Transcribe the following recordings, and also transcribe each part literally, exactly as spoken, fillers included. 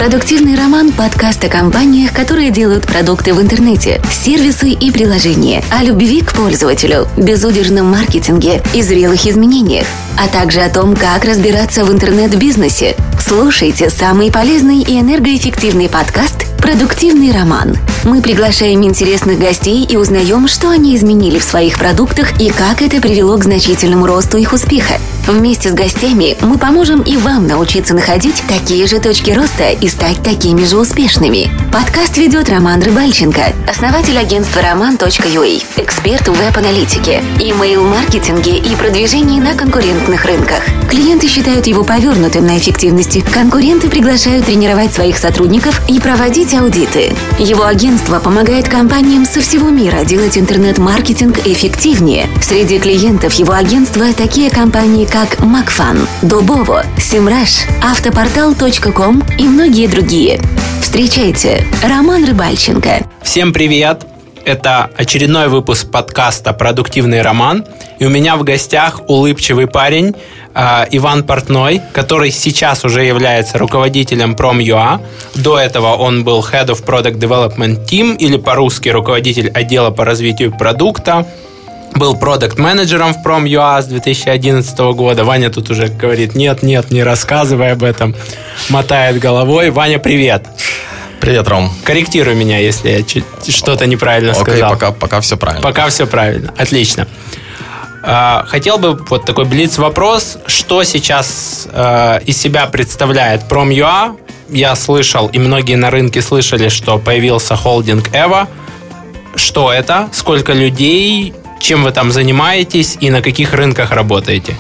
Продуктивный роман – подкаст о компаниях, которые делают продукты в интернете, сервисы и приложения, о любви к пользователю, безудержном маркетинге и зрелых изменениях, а также о том, как разбираться в интернет-бизнесе. Слушайте самый полезный и энергоэффективный подкаст «Продуктивный роман». Мы приглашаем интересных гостей и узнаем, что они изменили в своих продуктах и как это привело к значительному росту их успеха. Вместе с гостями мы поможем и вам научиться находить такие же точки роста и стать такими же успешными. Подкаст ведет Роман Рыбальченко, основатель агентства роман точка ю а, эксперт в веб-аналитике, имейл-маркетинге и продвижении на конкурентных рынках. Клиенты считают его повернутым на эффективности. Конкуренты приглашают тренировать своих сотрудников и проводить аудиты. Его агентство помогает компаниям со всего мира делать интернет-маркетинг эффективнее. Среди клиентов его агентства такие компании, как Макфан, Дубово, Симраш, Автопортал точка ком и многие другие. Встречайте, Роман Рыбальченко. Всем привет! Это очередной выпуск подкаста «Продуктивный роман». И у меня в гостях улыбчивый парень э, Иван Портной, который сейчас уже является руководителем Prom.ua. До этого он был Head of Product Development Team, или по-русски руководитель отдела по развитию продукта. Был продакт-менеджером в Prom.ua с две тысячи одиннадцатого года. Ваня тут уже говорит: нет, нет, не рассказывай об этом. Мотает головой. Ваня, привет. Привет, Ром. Корректируй меня, если я что-то неправильно Окей, сказал. пока, пока все правильно. Пока все правильно. Отлично. Хотел бы вот такой блиц-вопрос. Что сейчас из себя представляет Prom.ua? Я слышал, и многие на рынке слышали, что появился холдинг Эва. Что это? Сколько людей? Чем вы там занимаетесь и на каких рынках работаете?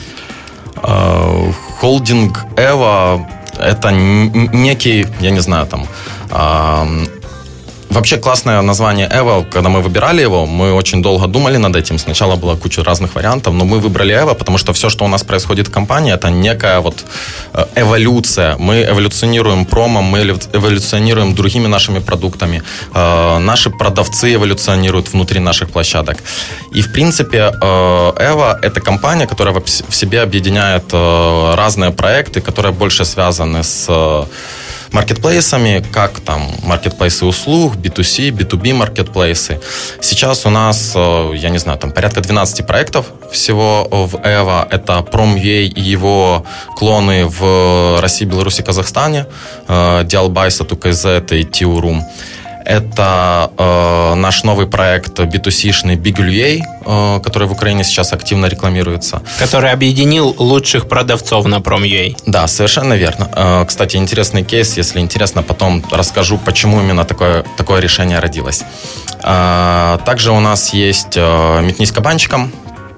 Холдинг Эва – это некий, я не знаю, там... Вообще классное название Эва. Когда мы выбирали его, мы очень долго думали над этим. Сначала была куча разных вариантов, но мы выбрали Эва, потому что все, что у нас происходит в компании, это некая вот эволюция. Мы эволюционируем промом, мы эволюционируем другими нашими продуктами. Наши продавцы эволюционируют внутри наших площадок. И, в принципе, Эва – это компания, которая в себе объединяет разные проекты, которые больше связаны с маркетплейсами, как там маркетплейсы услуг, би ту си, би ту би маркетплейсы. Сейчас у нас, я не знаю, там порядка двенадцать проектов всего в Эва. Это Prom.ua и его клоны в России, Беларуси, Казахстане. Диалбайса, Тукайзет и Тиурум. Это э, наш новый проект би ту си-шный Big.ua, э, который в Украине сейчас активно рекламируется. Который объединил лучших продавцов на Prom.ua. Да, совершенно верно. Э, кстати, интересный кейс. Если интересно, потом расскажу, почему именно такое, такое решение родилось. Э, также у нас есть э, «Метнись кабанчиком».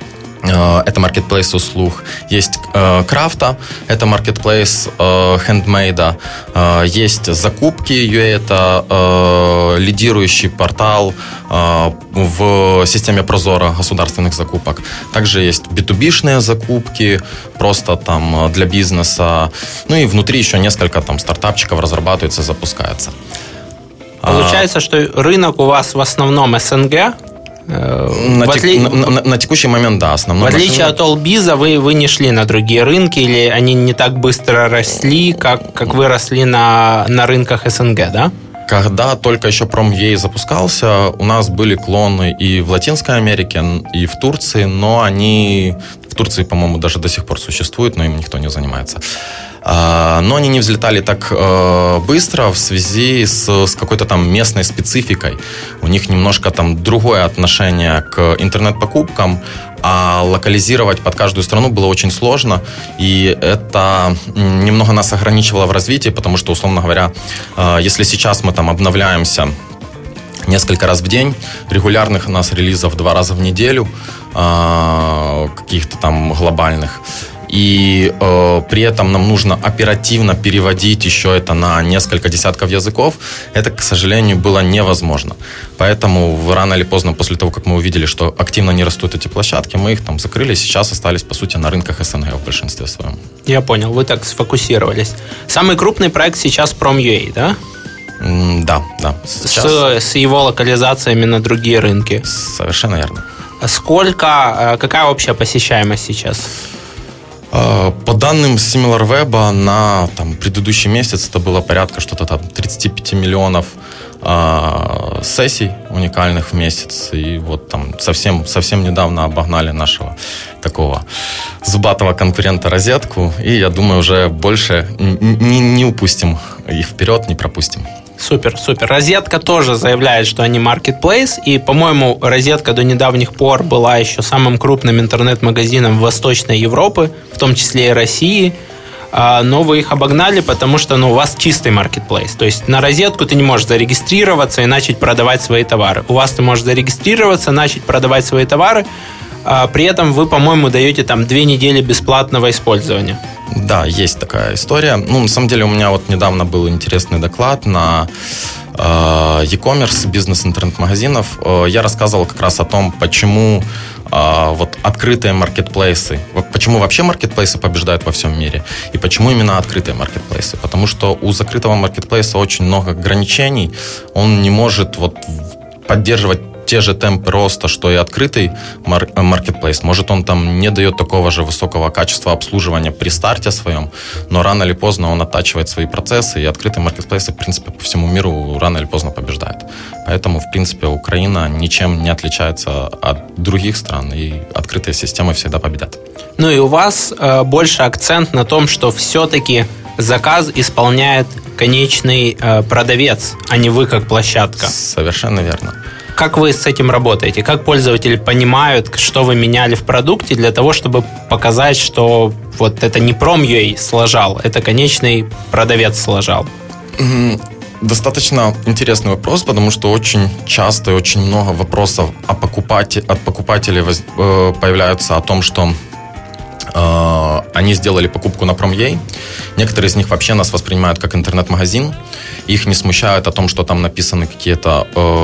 Это маркетплейс услуг. Есть э, Крафта, это маркетплейс э, хендмейда. Э, есть Закупки точка ю а, это э, лидирующий портал э, в системе Прозоро государственных закупок. Также есть би ту би-шные закупки, просто там для бизнеса. Ну и внутри еще несколько там стартапчиков разрабатывается, запускается. Получается, а, что рынок у вас в основном эс эн гэ? На, тек, отли... на, на, на текущий момент, да, основной. В отличие от Allbiz, вы, вы не шли на другие рынки, или они не так быстро росли, как, как вы росли на, на рынках эс эн гэ, да? Когда только еще Prom.ua запускался, у нас были клоны и в Латинской Америке, и в Турции, но они... В Турции, по-моему, даже до сих пор существуют, но им никто не занимается. Но они не взлетали так быстро в связи с, с какой-то там местной спецификой. У них немножко там другое отношение к интернет-покупкам, а локализировать под каждую страну было очень сложно, и это немного нас ограничивало в развитии, потому что, условно говоря, если сейчас мы там обновляемся несколько раз в день, регулярных у нас релизов два раза в неделю, каких-то там глобальных, и э, при этом нам нужно оперативно переводить еще это на несколько десятков языков, это, к сожалению, было невозможно. Поэтому рано или поздно, после того, как мы увидели, что активно не растут эти площадки, мы их там закрыли, сейчас остались, по сути, на рынках эс эн гэ в большинстве своем. Я понял, вы так сфокусировались. Самый крупный проект сейчас Prom.ua, да? Да, да. С, с его локализациями на другие рынки. Совершенно верно. Сколько, какая общая посещаемость сейчас? По данным SimilarWeb, на там, предыдущий месяц это было порядка что-то там тридцать пять миллионов э, сессий уникальных в месяц. И вот там совсем, совсем недавно обогнали нашего такого зубатого конкурента Розетку. И я думаю, уже больше не, не упустим их вперед, не пропустим. Супер, супер. Розетка тоже заявляет, что они marketplace, и, по-моему, Розетка до недавних пор была еще самым крупным интернет-магазином Восточной Европы, в том числе и России, но вы их обогнали, потому что ну, у вас чистый marketplace. То есть на Розетку ты не можешь зарегистрироваться и начать продавать свои товары. У вас ты можешь зарегистрироваться, начать продавать свои товары, при этом вы, по-моему, даете там две недели бесплатного использования. Да, есть такая история. Ну, на самом деле, у меня вот недавно был интересный доклад на э, e-commerce, бизнес интернет-магазинов. Э, я рассказывал как раз о том, почему э, вот открытые маркетплейсы, почему вообще маркетплейсы побеждают во всем мире, и почему именно открытые маркетплейсы. Потому что у закрытого маркетплейса очень много ограничений. Он не может вот поддерживать те же темпы роста, что и открытый маркетплейс. Может, он там не дает такого же высокого качества обслуживания при старте своем, но рано или поздно он оттачивает свои процессы, и открытые маркетплейсы, в принципе, по всему миру рано или поздно побеждают. Поэтому, в принципе, Украина ничем не отличается от других стран, и открытые системы всегда победят. Ну и у вас э, больше акцент на том, что все-таки заказ исполняет конечный э, продавец, а не вы как площадка. Совершенно верно. Как вы с этим работаете? Как пользователи понимают, что вы меняли в продукте для того, чтобы показать, что вот это не Prom.ua сложал, это конечный продавец сложал? Достаточно интересный вопрос, потому что очень часто и очень много вопросов о покупателе, от покупателей появляются о том, что э, они сделали покупку на Prom.ua. Некоторые из них вообще нас воспринимают как интернет-магазин. Их не смущает о том, что там написаны какие-то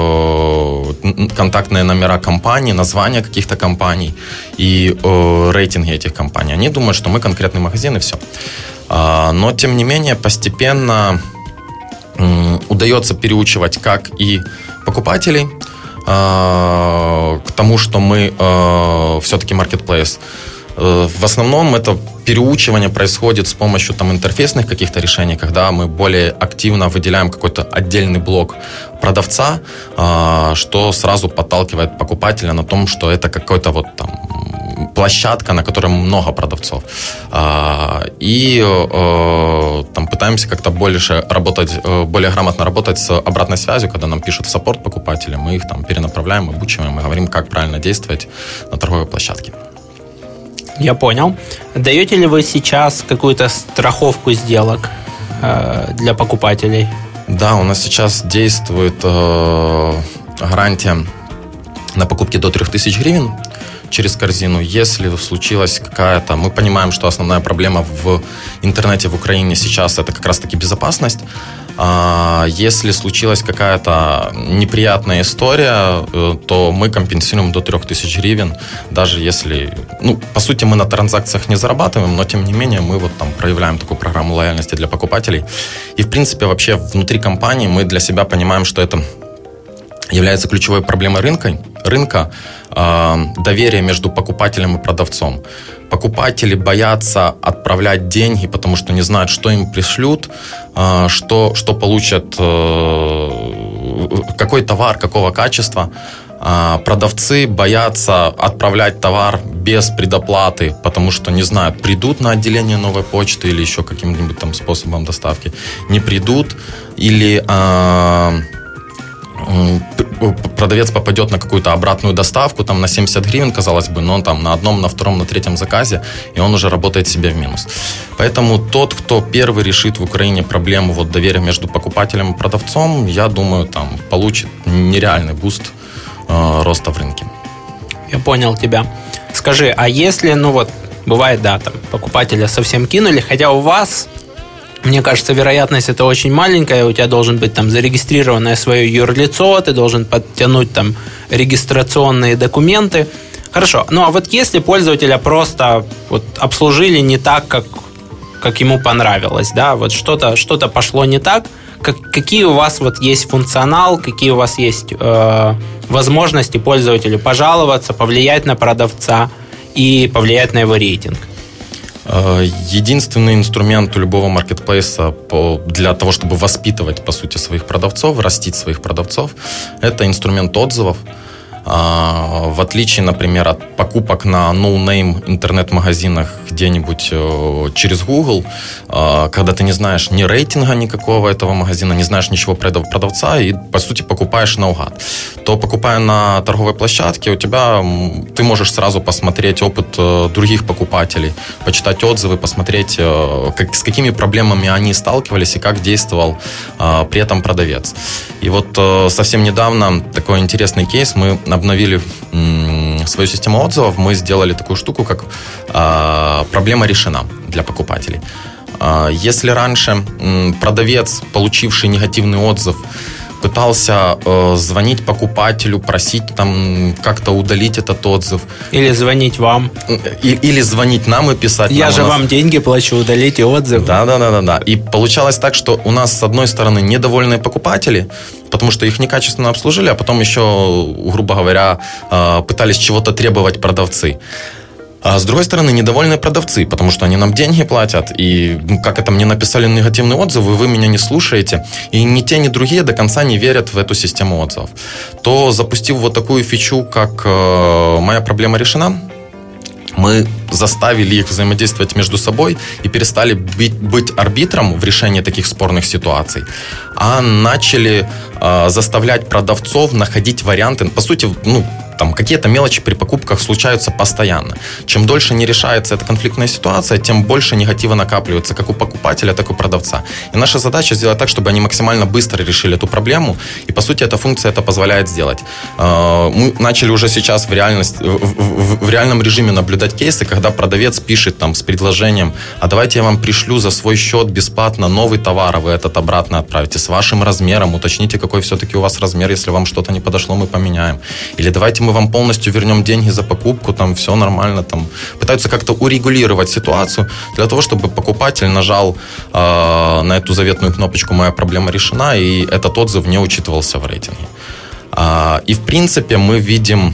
э, контактные номера компаний, названия каких-то компаний и э, рейтинги этих компаний. Они думают, что мы конкретный магазин и все. Э, но, тем не менее, постепенно э, удается переучивать как и покупателей э, к тому, что мы э, все-таки маркетплейс. Э, в основном это переучивание происходит с помощью там, интерфейсных каких-то решений, когда мы более активно выделяем какой-то отдельный блок продавца, э, что сразу подталкивает покупателя на том, что это какой-то вот там площадка, на которой много продавцов. Э, и э, там пытаемся как-то больше работать, э, более грамотно работать с обратной связью, когда нам пишут в саппорт покупатели, мы их там перенаправляем, обучиваем и говорим, как правильно действовать на торговой площадке. Я понял. Даете ли вы сейчас какую-то страховку сделок э, для покупателей? Да, у нас сейчас действует э, гарантия на покупки до три тысячи гривен через корзину. Если случилась какая-то... Мы понимаем, что основная проблема в интернете в Украине сейчас это как раз-таки безопасность. Если случилась какая-то неприятная история, то мы компенсируем до три тысячи гривен, даже если... Ну, по сути, мы на транзакциях не зарабатываем, но, тем не менее, мы вот там проявляем такую программу лояльности для покупателей. И, в принципе, вообще внутри компании мы для себя понимаем, что это является ключевой проблемой рынка, рынка э, доверия между покупателем и продавцом. Покупатели боятся отправлять деньги, потому что не знают, что им пришлют, э, что, что получат, э, какой товар, какого качества. Э, продавцы боятся отправлять товар без предоплаты, потому что не знают, придут на отделение новой почты или еще каким-нибудь там способом доставки, не придут, или... Э, продавец попадет на какую-то обратную доставку, там на семьдесят гривен, казалось бы, но там на одном, на втором, на третьем заказе, и он уже работает себе в минус. Поэтому тот, кто первый решит в Украине проблему вот доверия между покупателем и продавцом, я думаю, там получит нереальный буст э, роста в рынке. Я понял тебя. Скажи, а если, ну вот, бывает, да, там покупателя совсем кинули, хотя у вас... Мне кажется, вероятность это очень маленькая. У тебя должен быть там зарегистрированное свое юрлицо, ты должен подтянуть там регистрационные документы. Хорошо. Ну а вот если пользователя просто вот обслужили не так, как, как ему понравилось, да, вот что-то, что-то пошло не так, как, какие у вас вот есть функционал, какие у вас есть э, возможности пользователю пожаловаться, повлиять на продавца и повлиять на его рейтинг? Единственный инструмент у любого маркетплейса для того, чтобы воспитывать, по сути, своих продавцов, растить своих продавцов, это инструмент отзывов. В отличие, например, от покупок на ноунейм интернет-магазинах где-нибудь через Google, когда ты не знаешь ни рейтинга никакого этого магазина, не знаешь ничего про этого продавца и, по сути, покупаешь наугад, то, покупая на торговой площадке, у тебя ты можешь сразу посмотреть опыт других покупателей, почитать отзывы, посмотреть, как, с какими проблемами они сталкивались и как действовал при этом продавец. И вот совсем недавно такой интересный кейс. Мы обновили м, свою систему отзывов, мы сделали такую штуку, как э, проблема решена для покупателей. Э, если раньше м, продавец, получивший негативный отзыв, пытался э, звонить покупателю, просить там как-то удалить этот отзыв. Или звонить вам. И, или звонить нам и писать. Я нам, же нас... вам деньги плачу, удалите отзыв. Да, да, да, да, да. И получалось так, что у нас, с одной стороны, недовольные покупатели, потому что их некачественно обслужили, а потом еще, грубо говоря, пытались чего-то требовать продавцы. А с другой стороны, недовольные продавцы, потому что они нам деньги платят, и ну, как это, мне написали негативный отзыв, и вы меня не слушаете, и ни те, ни другие до конца не верят в эту систему отзывов. То, запустив вот такую фичу, как э, «Моя проблема решена», мы заставили их взаимодействовать между собой и перестали быть, быть арбитром в решении таких спорных ситуаций, а начали э, заставлять продавцов находить варианты. По сути, ну, там какие-то мелочи при покупках случаются постоянно. Чем дольше не решается эта конфликтная ситуация, тем больше негатива накапливается как у покупателя, так и у продавца. И наша задача сделать так, чтобы они максимально быстро решили эту проблему. И, по сути, эта функция это позволяет сделать. Мы начали уже сейчас в, реальность, в, в, в реальном режиме наблюдать кейсы, когда продавец пишет там с предложением: а давайте я вам пришлю за свой счет бесплатно новый товар, а вы этот обратно отправите с вашим размером, уточните, какой все-таки у вас размер, если вам что-то не подошло, мы поменяем. Или давайте мы вам полностью вернем деньги за покупку, там все нормально, там пытаются как-то урегулировать ситуацию для того, чтобы покупатель нажал э, на эту заветную кнопочку «Моя проблема решена», и этот отзыв не учитывался в рейтинге. Э, и в принципе мы видим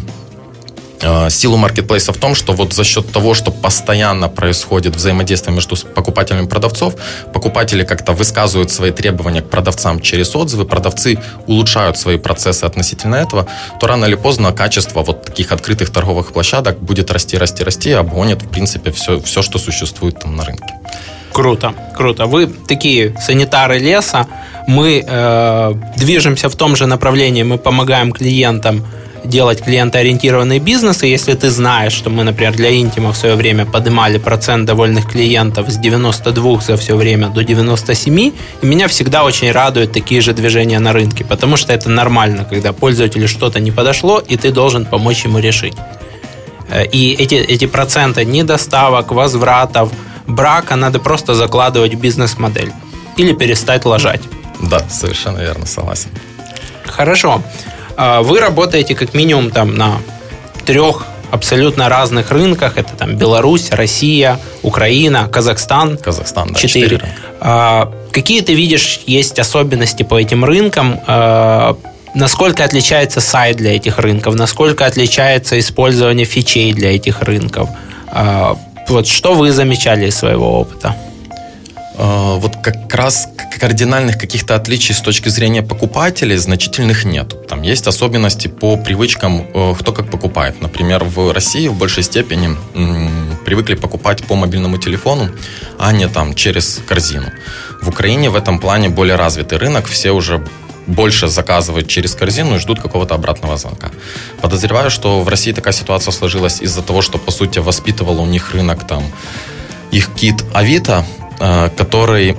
э, силу маркетплейса в том, что вот за счет того, что постоянно происходит взаимодействие между покупателями и продавцов, покупатели как-то высказывают свои требования к продавцам через отзывы, продавцы улучшают свои процессы относительно этого, то рано или поздно качество вот таких открытых торговых площадок будет расти, расти, расти, и обгонит, в принципе, все, все, что существует там на рынке. Круто, круто. Вы такие санитары леса. Мы э, движемся в том же направлении, мы помогаем клиентам делать клиентоориентированный бизнес, и если ты знаешь, что мы, например, для Интима в свое время поднимали процент довольных клиентов с девяноста двух за все время до девяноста семи, и меня всегда очень радуют такие же движения на рынке, потому что это нормально, когда пользователю что-то не подошло, и ты должен помочь ему решить. И эти, эти проценты недоставок, возвратов, брака надо просто закладывать в бизнес-модель или перестать лажать. Да, совершенно верно, согласен. Хорошо. Вы работаете как минимум там на трех абсолютно разных рынках. Это там Беларусь, Россия, Украина, Казахстан. Казахстан, да, четыре. четыре. Какие ты видишь есть особенности по этим рынкам? Насколько отличается сайт для этих рынков? Насколько отличается использование фичей для этих рынков? Вот что вы замечали из своего опыта? Вот как раз кардинальных каких-то отличий с точки зрения покупателей значительных нет. Там есть особенности по привычкам, кто как покупает. Например, в России в большей степени м, привыкли покупать по мобильному телефону, а не там через корзину. В Украине в этом плане более развитый рынок, все уже больше заказывают через корзину и ждут какого-то обратного звонка. Подозреваю, что в России такая ситуация сложилась из-за того, что, по сути, воспитывал у них рынок там их кит Авито, который,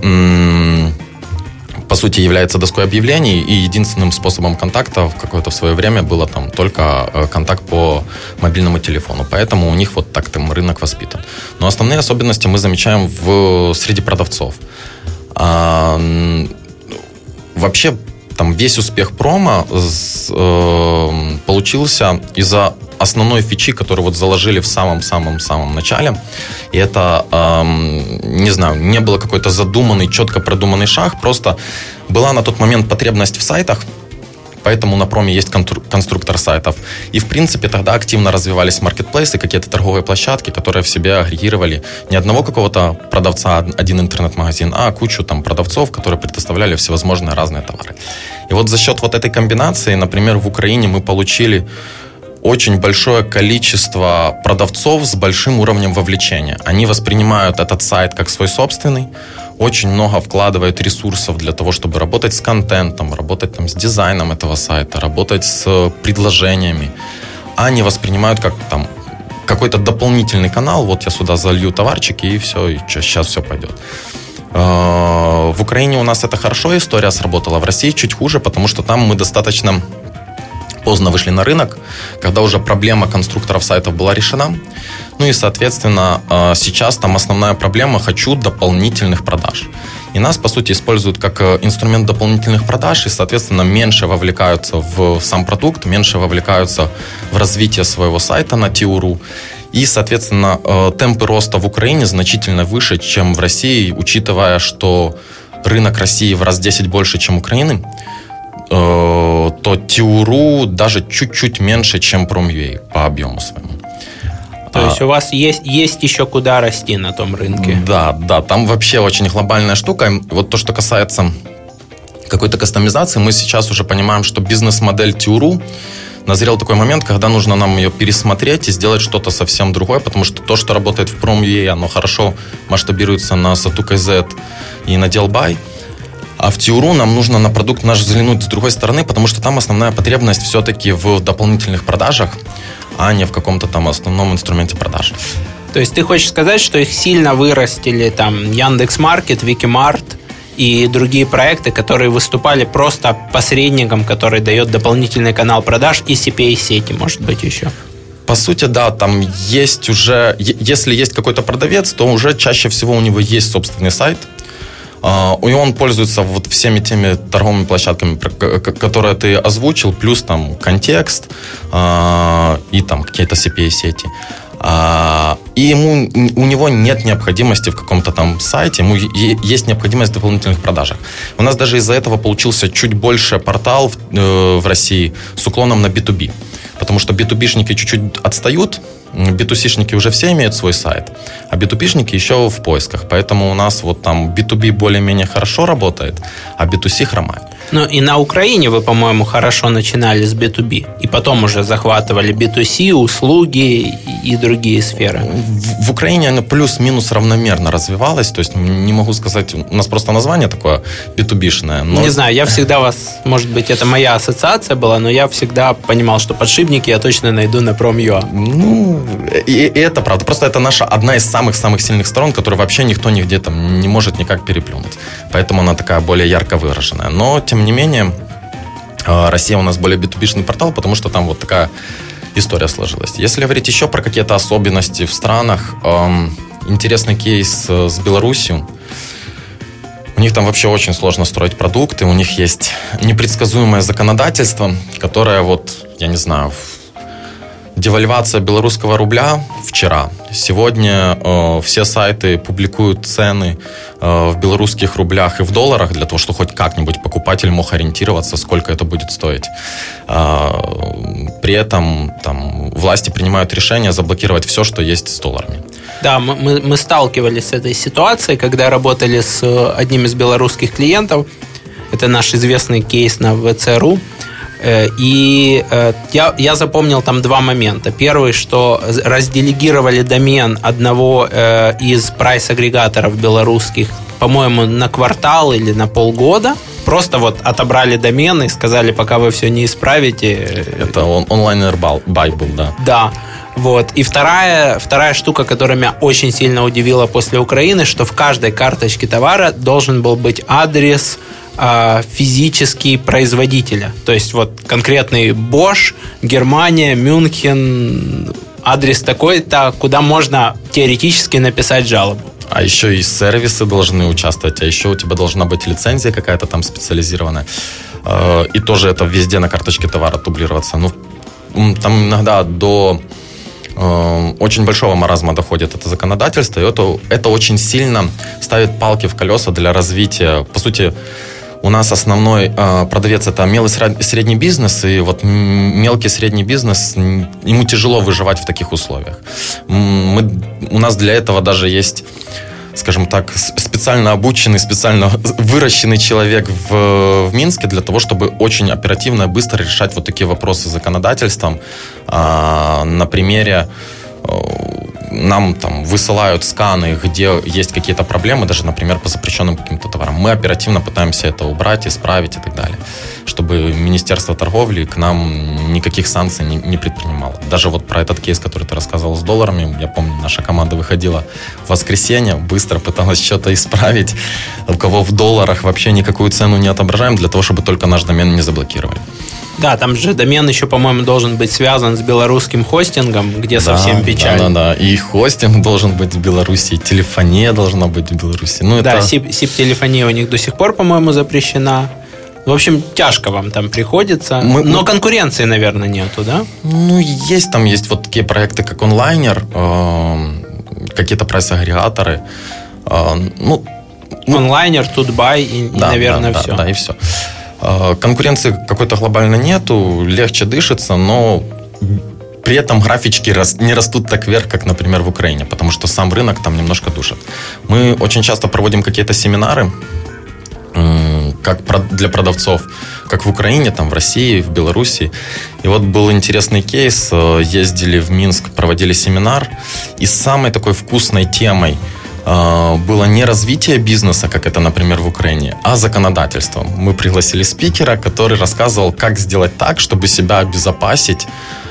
по сути, является доской объявлений, и единственным способом контакта в какое-то свое время было там только контакт по мобильному телефону. Поэтому у них вот так там рынок воспитан. Но основные особенности мы замечаем в, среди продавцов. А, вообще, там весь успех промо э, получился из-за основной фичи, которую вот заложили в самом-самом-самом начале. И это, эм, не знаю, не было какой-то задуманный, четко продуманный шаг. Просто была на тот момент потребность в сайтах, поэтому на проме есть конструктор сайтов. И, в принципе, тогда активно развивались маркетплейсы, какие-то торговые площадки, которые в себе агрегировали не одного какого-то продавца, один интернет-магазин, а кучу там продавцов, которые предоставляли всевозможные разные товары. И вот за счет вот этой комбинации, например, в Украине мы получили очень большое количество продавцов с большим уровнем вовлечения. Они воспринимают этот сайт как свой собственный, очень много вкладывают ресурсов для того, чтобы работать с контентом, работать там с дизайном этого сайта, работать с предложениями. Они воспринимают как там какой-то дополнительный канал, вот я сюда залью товарчики и все, и сейчас все пойдет. В Украине у нас это хорошо, история сработала, в России чуть хуже, потому что там мы достаточно поздно вышли на рынок, когда уже проблема конструкторов сайтов была решена. Ну и, соответственно, сейчас там основная проблема – хочу дополнительных продаж. И нас, по сути, используют как инструмент дополнительных продаж и, соответственно, меньше вовлекаются в сам продукт, меньше вовлекаются в развитие своего сайта на Тиуру. И, соответственно, темпы роста в Украине значительно выше, чем в России, учитывая, что рынок России в раз десять больше, чем Украины, то Тиуру даже чуть-чуть меньше, чем Prom.ua по объему своему. То а, есть у вас есть, есть еще куда расти на том рынке? Да, да, там вообще очень глобальная штука. Вот то, что касается какой-то кастомизации, мы сейчас уже понимаем, что бизнес-модель Тиуру назрел такой момент, когда нужно нам ее пересмотреть и сделать что-то совсем другое, потому что то, что работает в Prom.ua, оно хорошо масштабируется на Satu.kz и на Dealbuy. А в Тиуру нам нужно на продукт наш взглянуть с другой стороны, потому что там основная потребность все-таки в дополнительных продажах, а не в каком-то там основном инструменте продаж. То есть ты хочешь сказать, что их сильно вырастили там Яндекс.Маркет, Викимарт и другие проекты, которые выступали просто посредником, который дает дополнительный канал продаж и си пи эй-сети, может быть, еще? По сути, да, там есть уже, если есть какой-то продавец, то уже чаще всего у него есть собственный сайт, и он пользуется вот всеми теми торговыми площадками, которые ты озвучил, плюс там контекст и там какие-то си пи эй-сети. И ему, у него нет необходимости в каком-то там сайте, ему есть необходимость в дополнительных продажах. У нас даже из-за этого получился чуть больше портал в, в России с уклоном на би ту би. Потому что би ту би-шники чуть-чуть отстают, би ту си-шники уже все имеют свой сайт, а би ту би-шники еще в поисках. Поэтому у нас вот там би ту би более-менее хорошо работает, а би ту си хромает. Ну и на Украине вы, по-моему, хорошо начинали с би ту би, и потом уже захватывали би ту си, услуги и другие сферы. В, в Украине оно плюс-минус равномерно развивалось, то есть не могу сказать, у нас просто название такое би ту би-шное. Но... Не знаю, я всегда вас, может быть, это моя ассоциация была, но я всегда понимал, что подшипники я точно найду на Prom.ua. Ну, и, и это правда. Просто это наша одна из самых-самых сильных сторон, которую вообще никто нигде там не может никак переплюнуть. Поэтому она такая более ярко выраженная. Но, тем не менее, Россия у нас более би ту би-шный портал, потому что там вот такая история сложилась. Если говорить еще про какие-то особенности в странах, эм, интересный кейс с Беларусью. У них там вообще очень сложно строить продукты, у них есть непредсказуемое законодательство, которое вот, я не знаю, девальвация белорусского рубля вчера. Сегодня э, все сайты публикуют цены э, в белорусских рублях и в долларах для того, чтобы хоть как-нибудь покупатель мог ориентироваться, сколько это будет стоить. Э, при этом там, власти принимают решение заблокировать все, что есть с долларами. Да, мы, мы сталкивались с этой ситуацией, когда работали с одним из белорусских клиентов. Это наш известный кейс на вэ цэ точка ру. И я, я запомнил там два момента. Первый, что разделегировали домен одного из прайс-агрегаторов белорусских, по-моему, на квартал или на полгода. Просто вот отобрали домен и сказали, пока вы все не исправите. Это он, онлайн-бай был, да. Да. Вот. И вторая, вторая штука, которая меня очень сильно удивила после Украины, что в каждой карточке товара должен был быть адрес физический производителя. То есть вот конкретный Bosch, Германия, Мюнхен, адрес такой-то, куда можно теоретически написать жалобу. А еще и сервисы должны участвовать, а еще у тебя должна быть лицензия какая-то там специализированная. И тоже это везде на карточке товара дублироваться. Ну, там иногда до очень большого маразма доходит это законодательство, и это, это очень сильно ставит палки в колеса для развития. По сути, у нас основной э, продавец – это мелкий и средний бизнес, и вот мелкий и средний бизнес, ему тяжело выживать в таких условиях. Мы, у нас для этого даже есть, скажем так, специально обученный, специально выращенный человек в, в Минске для того, чтобы очень оперативно и быстро решать вот такие вопросы с законодательством. А, на примере нам там высылают сканы, где есть какие-то проблемы, даже, например, по запрещенным каким-то товарам. Мы оперативно пытаемся это убрать, исправить и так далее, чтобы Министерство торговли к нам никаких санкций не, не предпринимало. Даже вот про этот кейс, который ты рассказывал с долларами, я помню, наша команда выходила в воскресенье, быстро пыталась что-то исправить, у кого в долларах вообще никакую цену не отображаем, для того, чтобы только наш домен не заблокировали. Да, там же домен еще, по-моему, должен быть связан с белорусским хостингом, где да, совсем печально. Да, да, да. И хостинг должен быть в Беларуси, и телефония должна быть в Беларуси. Ну, да, это... сип-телефония у них до сих пор, по-моему, запрещена. В общем, тяжко вам там приходится. Мы, Но мы... конкуренции, наверное, нету, да? Ну, есть там, есть вот такие проекты, как онлайнер, э, какие-то прайс-агрегаторы. Э, ну, онлайнер, Тутбай и, да, и наверное, да, все. Да, да, и все. Конкуренции какой-то глобально нету, легче дышится, но при этом графички не растут так вверх, как, например, в Украине, потому что сам рынок там немножко душит. Мы очень часто проводим какие-то семинары, как для продавцов, как в Украине, там, в России, в Беларуси. И вот был интересный кейс. Ездили в Минск, проводили семинар, и самой такой вкусной темой было не развитие бизнеса, как это, например, в Украине, а законодательство. Мы пригласили спикера, который рассказывал, как сделать так, чтобы себя обезопасить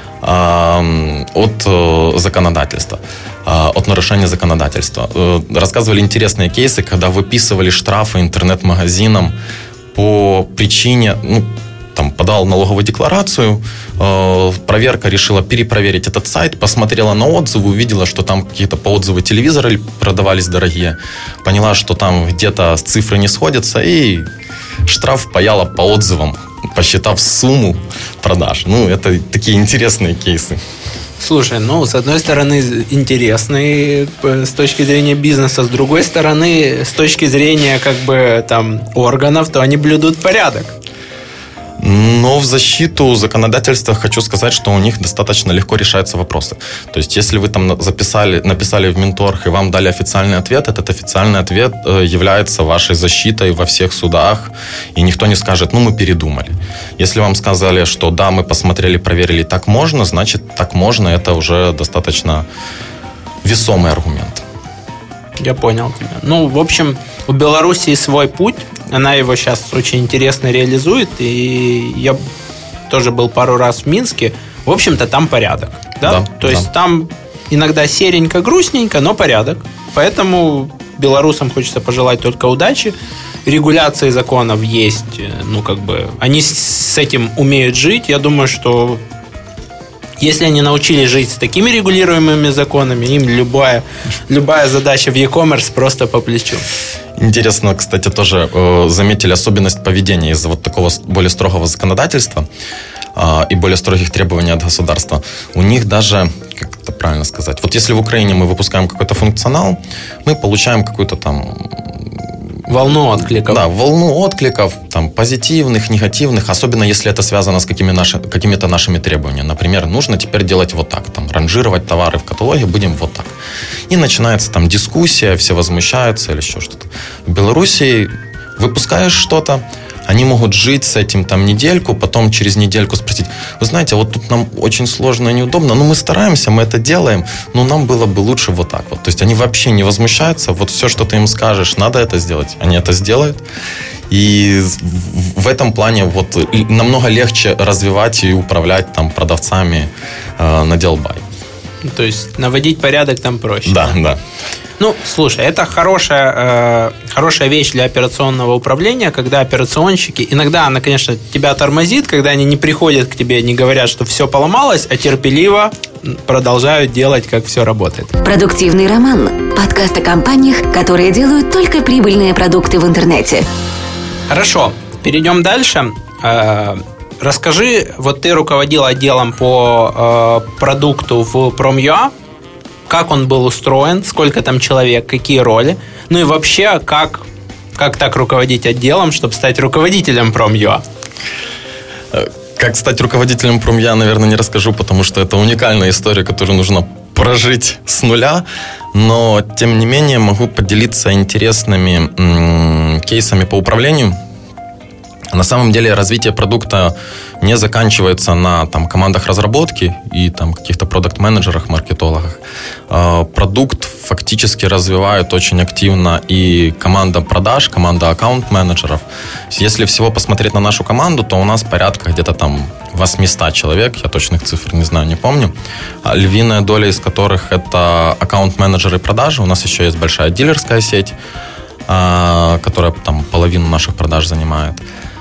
от законодательства, от нарушения законодательства. Рассказывали интересные кейсы, когда выписывали штрафы интернет-магазинам по причине... Ну, там, подал налоговую декларацию, э, проверка решила перепроверить этот сайт, посмотрела на отзывы, увидела, что там какие-то по отзыву телевизоры продавались дорогие, поняла, что там где-то цифры не сходятся, и штраф паяла по отзывам, посчитав сумму продаж. Ну, это такие интересные кейсы. Слушай, ну, с одной стороны, интересные с точки зрения бизнеса, с другой стороны, с точки зрения, как бы, там, органов, то они блюдут порядок. Но в защиту законодательства хочу сказать, что у них достаточно легко решаются вопросы. То есть, если вы там записали, написали в Минторг и вам дали официальный ответ, этот официальный ответ является вашей защитой во всех судах, и никто не скажет, ну, мы передумали. Если вам сказали, что да, мы посмотрели, проверили, так можно, значит, так можно, это уже достаточно весомый аргумент. Я понял тебя. Ну, в общем, у Белоруссии свой путь. Она его сейчас очень интересно реализует. И я тоже был пару раз в Минске. В общем-то, там порядок. Да? Да, То да. есть там иногда серенько, грустненько, но порядок. Поэтому белорусам хочется пожелать только удачи. Регуляции законов есть. Ну, как бы, они с этим умеют жить. Я думаю, что если они научились жить с такими регулируемыми законами, им любая, любая задача в e-commerce просто по плечу. Интересно, кстати, тоже э, заметили особенность поведения из-за вот такого более строгого законодательства э, и более строгих требований от государства. У них даже, как это правильно сказать, вот если в Украине мы выпускаем какой-то функционал, мы получаем какую-то там... Волну откликов. Да, волну откликов, там, позитивных, негативных, особенно если это связано с какими наши, какими-то нашими требованиями. Например, нужно теперь делать вот так, там, ранжировать товары в каталоге будем вот так. И начинается там дискуссия, все возмущаются или еще что-то. В Беларуси выпускаешь что-то, они могут жить с этим там недельку, потом через недельку спросить, вы знаете, вот тут нам очень сложно и неудобно, но мы стараемся, мы это делаем, но нам было бы лучше вот так вот. То есть они вообще не возмущаются, вот все, что ты им скажешь, надо это сделать, они это сделают. И в этом плане вот намного легче развивать и управлять там продавцами э, на Делбай. То есть наводить порядок там проще. Да, да. Ну, слушай, это хорошая, э, хорошая вещь для операционного управления, когда операционщики, иногда она, конечно, тебя тормозит, когда они не приходят к тебе, не говорят, что все поломалось, а терпеливо продолжают делать, как все работает. Продуктивный роман. Подкаст о компаниях, которые делают только прибыльные продукты в интернете. Хорошо, перейдем дальше. Э, расскажи, вот ты руководил отделом по э, продукту в Prom.ua. Как он был устроен, сколько там человек, какие роли, ну и вообще, как Как так руководить отделом, чтобы стать руководителем Prom.ua? Как стать руководителем Prom.ua, наверное, не расскажу, потому что это уникальная история, которую нужно прожить с нуля. Но, тем не менее, могу поделиться интересными м- кейсами по управлению. На самом деле развитие продукта не заканчивается на там, командах разработки и там, каких-то продакт-менеджерах, маркетологах. Продукт фактически развивает очень активно и команда продаж, команда аккаунт-менеджеров. Если всего посмотреть на нашу команду, то у нас порядка где-то там восемьсот человек, я точных цифр не знаю, не помню. Львиная доля из которых это аккаунт-менеджеры продажи. У нас еще есть большая дилерская сеть, которая там половину наших продаж занимает.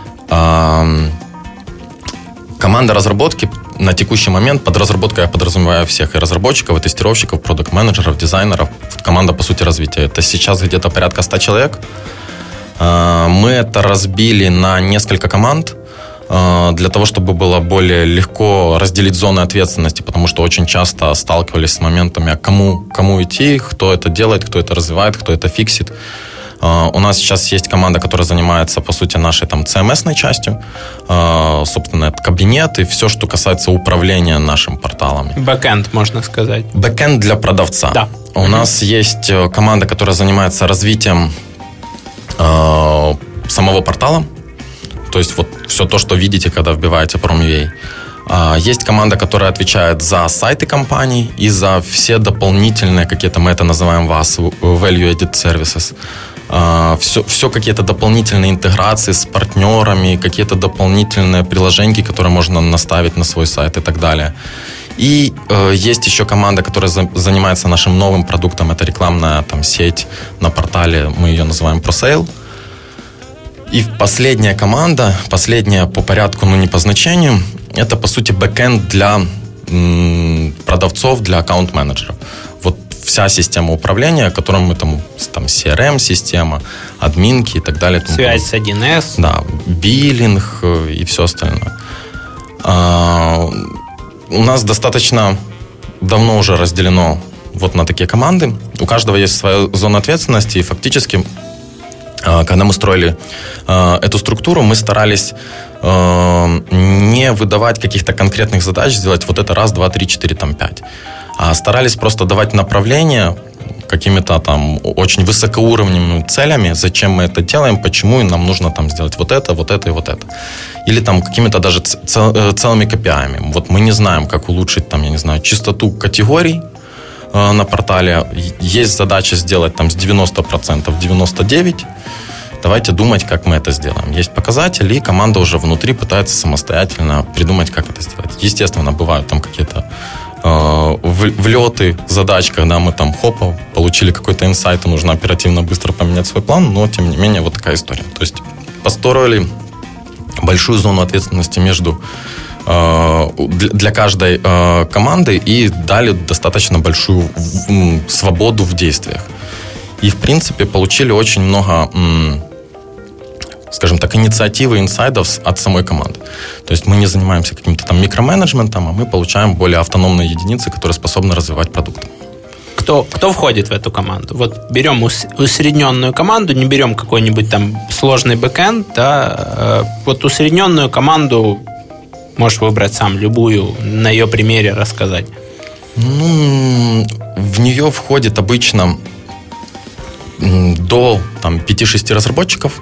Команда разработки на текущий момент, под разработкой я подразумеваю всех, и разработчиков, и тестировщиков, продакт-менеджеров, дизайнеров. Команда, по сути, развития. Это сейчас где-то порядка ста человек. Мы это разбили на несколько команд для того, чтобы было более легко разделить зоны ответственности, потому что очень часто сталкивались с моментами, кому, кому идти, кто это делает, кто это развивает, кто это фиксит. Uh, у нас сейчас есть команда, которая занимается, по сути, нашей там си эм эс-ной частью. Uh, собственно, это кабинет и все, что касается управления нашим порталами. Бэкэнд, можно сказать. Бэкэнд для продавца. Да. У mm-hmm. нас есть команда, которая занимается развитием uh, самого портала. То есть вот все то, что видите, когда вбиваете Prom.ua. Uh, есть команда, которая отвечает за сайты компаний и за все дополнительные, какие-то мы это называем вас, value-added services. Uh, все, все какие-то дополнительные интеграции с партнерами, какие-то дополнительные приложения, которые можно наставить на свой сайт и так далее. И uh, есть еще команда, которая за, занимается нашим новым продуктом. Это рекламная там, сеть на портале, мы ее называем ProSale. И последняя команда, последняя по порядку, но не по значению, это, по сути, бэкэнд для м, продавцов, для аккаунт-менеджеров. Вот вся система управления, которую мы там, там си ар эм-система, админки и так далее. Связь с один эс. Да, биллинг и все остальное. А, у нас достаточно давно уже разделено вот на такие команды. У каждого есть своя зона ответственности, и фактически, когда мы строили эту структуру, мы старались не выдавать каких-то конкретных задач, сделать вот это раз, два, три, четыре, там, пять. А старались просто давать направление какими-то там очень высокоуровневыми целями, зачем мы это делаем, почему и нам нужно там сделать вот это, вот это и вот это. Или там какими-то даже цел, целыми кей пи ай-ами. Вот мы не знаем, как улучшить там, я не знаю, чистоту категорий э, на портале. Есть задача сделать там с девяносто процентов девяносто девять процентов. Давайте думать, как мы это сделаем. Есть показатели, и команда уже внутри пытается самостоятельно придумать, как это сделать. Естественно, бывают там какие-то э, влеты, задач, когда мы там, хопа, получили какой-то инсайт, и нужно оперативно, быстро поменять свой план, но, тем не менее, вот такая история. То есть построили большую зону ответственности между э, для, для каждой э, команды и дали достаточно большую в, в, свободу в действиях. И, в принципе, получили очень много... М, скажем так, инициативы, инсайдов от самой команды. То есть мы не занимаемся каким-то там микроменеджментом, а мы получаем более автономные единицы, которые способны развивать продукт. Кто, кто входит в эту команду? Вот берем усредненную команду, не берем какой-нибудь там сложный бэкэнд, да, вот усредненную команду можешь выбрать сам, любую, на ее примере рассказать. Ну, в нее входит обычно до там, пяти-шести разработчиков,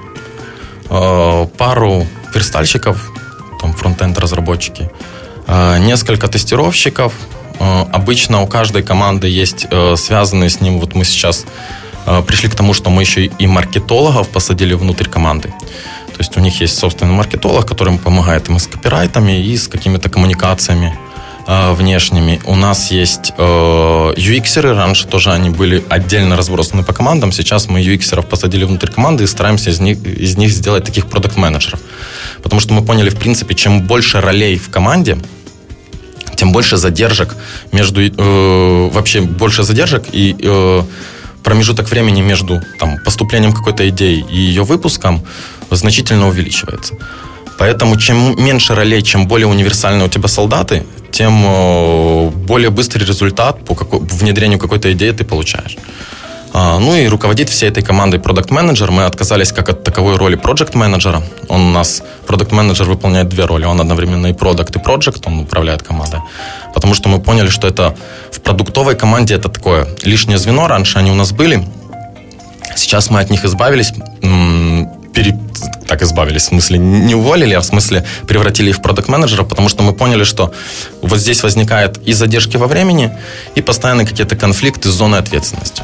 пару верстальщиков, там фронт-энд разработчики, несколько тестировщиков. Обычно у каждой команды есть связанные с ним, вот мы сейчас пришли к тому, что мы еще и маркетологов посадили внутрь команды. То есть у них есть собственный маркетолог, который им помогает им и с копирайтами, и с какими-то коммуникациями внешними. У нас есть э, ю экс-еры, раньше тоже они были отдельно разбросаны по командам, сейчас мы ю экс-еров посадили внутрь команды и стараемся из них, из них сделать таких продакт-менеджеров. Потому что мы поняли, в принципе, чем больше ролей в команде, тем больше задержек между, э, вообще больше задержек и э, промежуток времени между там, поступлением какой-то идеи и ее выпуском значительно увеличивается. Поэтому чем меньше ролей, чем более универсальные у тебя солдаты, тем более быстрый результат по какой, внедрению какой-то идеи ты получаешь. Ну и руководить всей этой командой продакт-менеджер. Мы отказались как от таковой роли проджект-менеджера. Он у нас, продакт-менеджер, выполняет две роли. Он одновременно и продакт, и проджект, он управляет командой. Потому что мы поняли, что это в продуктовой команде это такое лишнее звено. Раньше они у нас были. Сейчас мы от них избавились. Пере... Так избавились, в смысле не уволили, а в смысле превратили их в продакт-менеджера, потому что мы поняли, что вот здесь возникает и задержки во времени, и постоянные какие-то конфликты с зоной ответственности.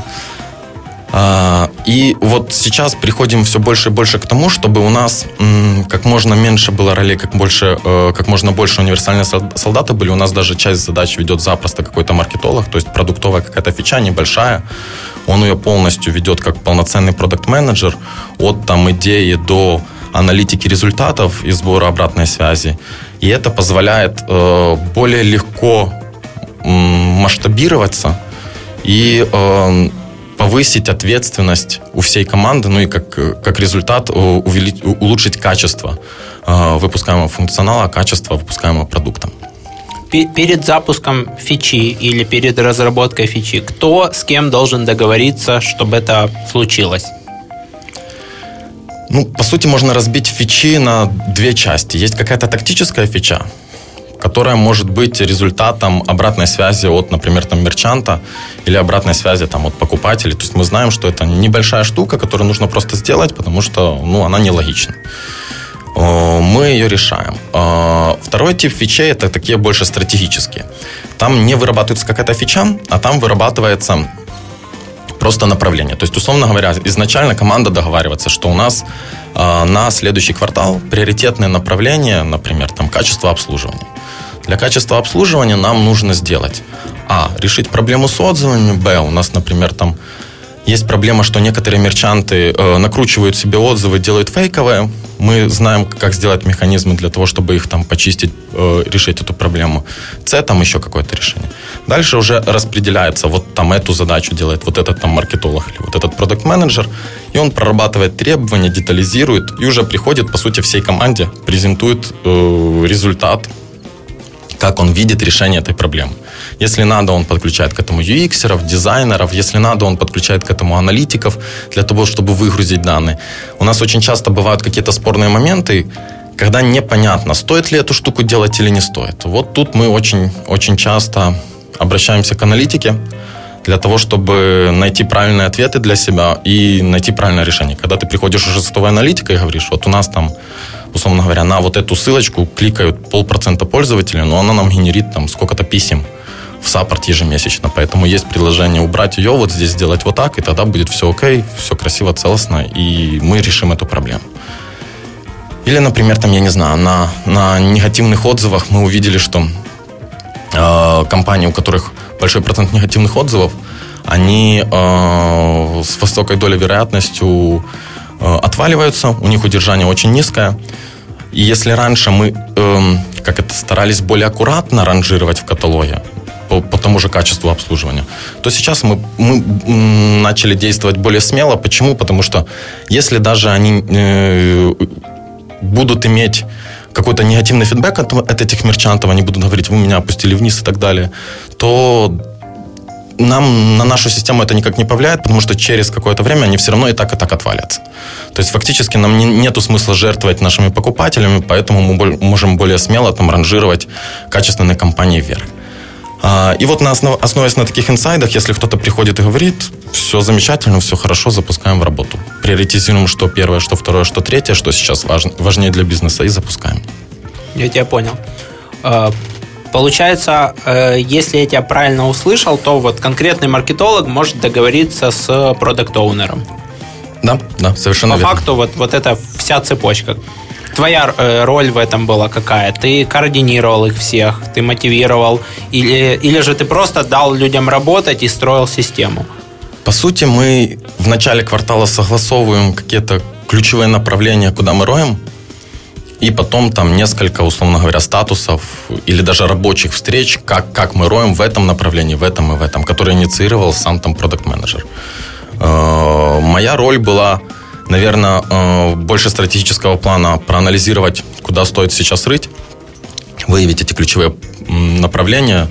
И вот сейчас приходим все больше и больше к тому, чтобы у нас как можно меньше было ролей, как, больше, как можно больше универсальные солдаты были. У нас даже часть задач ведет запросто какой-то маркетолог, то есть продуктовая какая-то фича небольшая. Он ее полностью ведет как полноценный продакт-менеджер от там, идеи до аналитики результатов и сбора обратной связи. И это позволяет э, более легко э, масштабироваться и э, повысить ответственность у всей команды, ну и как, как результат увеличить, улучшить качество э, выпускаемого функционала, качество выпускаемого продукта. Перед запуском фичи или перед разработкой фичи, кто с кем должен договориться, чтобы это случилось? Ну, по сути, можно разбить фичи на две части. Есть какая-то тактическая фича, которая может быть результатом обратной связи от, например, там, мерчанта или обратной связи там, от покупателей. То есть мы знаем, что это небольшая штука, которую нужно просто сделать, потому что ну, она нелогична. Мы ее решаем. Второй тип фичей – это такие больше стратегические. Там не вырабатывается какая-то фича, а там вырабатывается просто направление. То есть, условно говоря, изначально команда договаривается, что у нас на следующий квартал приоритетное направление, например, там, качество обслуживания. Для качества обслуживания нам нужно сделать а. решить проблему с отзывами, б. у нас, например, там есть проблема, что некоторые мерчанты э, накручивают себе отзывы, делают фейковые. Мы знаем, как сделать механизмы для того, чтобы их там почистить, э, решить эту проблему. С, там еще какое-то решение. Дальше уже распределяется, вот там эту задачу делает вот этот там маркетолог или вот этот продакт-менеджер, и он прорабатывает требования, детализирует, и уже приходит, по сути, всей команде, презентует э, результат, как он видит решение этой проблемы. Если надо, он подключает к этому ю экс-еров, дизайнеров. Если надо, он подключает к этому аналитиков для того, чтобы выгрузить данные. У нас очень часто бывают какие-то спорные моменты, когда непонятно, стоит ли эту штуку делать или не стоит. Вот тут мы очень, очень часто обращаемся к аналитике для того, чтобы найти правильные ответы для себя и найти правильное решение. Когда ты приходишь уже с той аналитикой и говоришь, вот у нас там, условно говоря, на вот эту ссылочку кликают полпроцента пользователей, но она нам генерит там сколько-то писем в саппорт ежемесячно. Поэтому есть предложение убрать ее, вот здесь сделать вот так, и тогда будет все окей, все красиво, целостно, и мы решим эту проблему. Или, например, там, я не знаю, на, на негативных отзывах мы увидели, что э, компании, у которых большой процент негативных отзывов, они э, с высокой долей вероятностью э, отваливаются, у них удержание очень низкое. И если раньше мы э, как это, старались более аккуратно ранжировать в каталоге, По, по тому же качеству обслуживания, то сейчас мы, мы начали действовать более смело. Почему? Потому что если даже они э, будут иметь какой-то негативный фидбэк от, от этих мерчантов, они будут говорить, вы меня опустили вниз и так далее, то нам на нашу систему это никак не повлияет, потому что через какое-то время они все равно и так, и так отвалятся. То есть фактически нам не, нету смысла жертвовать нашими покупателями, поэтому мы можем более смело там ранжировать качественные компании вверх. И вот на основ, основываясь на таких инсайдах, если кто-то приходит и говорит, все замечательно, все хорошо, запускаем в работу. Приоритизируем, что первое, что второе, что третье, что сейчас важно, важнее для бизнеса, и запускаем. Я тебя понял. Получается, если я тебя правильно услышал, то вот конкретный маркетолог может договориться с продакт-оунером. Да, да, совершенно По верно. По факту вот, вот эта вся цепочка. Твоя э, роль в этом была какая? Ты координировал их всех, ты мотивировал, или, или же ты просто дал людям работать и строил систему? По сути, мы в начале квартала согласовываем какие-то ключевые направления, куда мы роем, и потом там несколько, условно говоря, статусов или даже рабочих встреч, как, как мы роем в этом направлении, в этом и в этом, который инициировал сам там продакт-менеджер. Э-э- моя роль была, наверное, больше стратегического плана проанализировать, куда стоит сейчас рыть, выявить эти ключевые направления,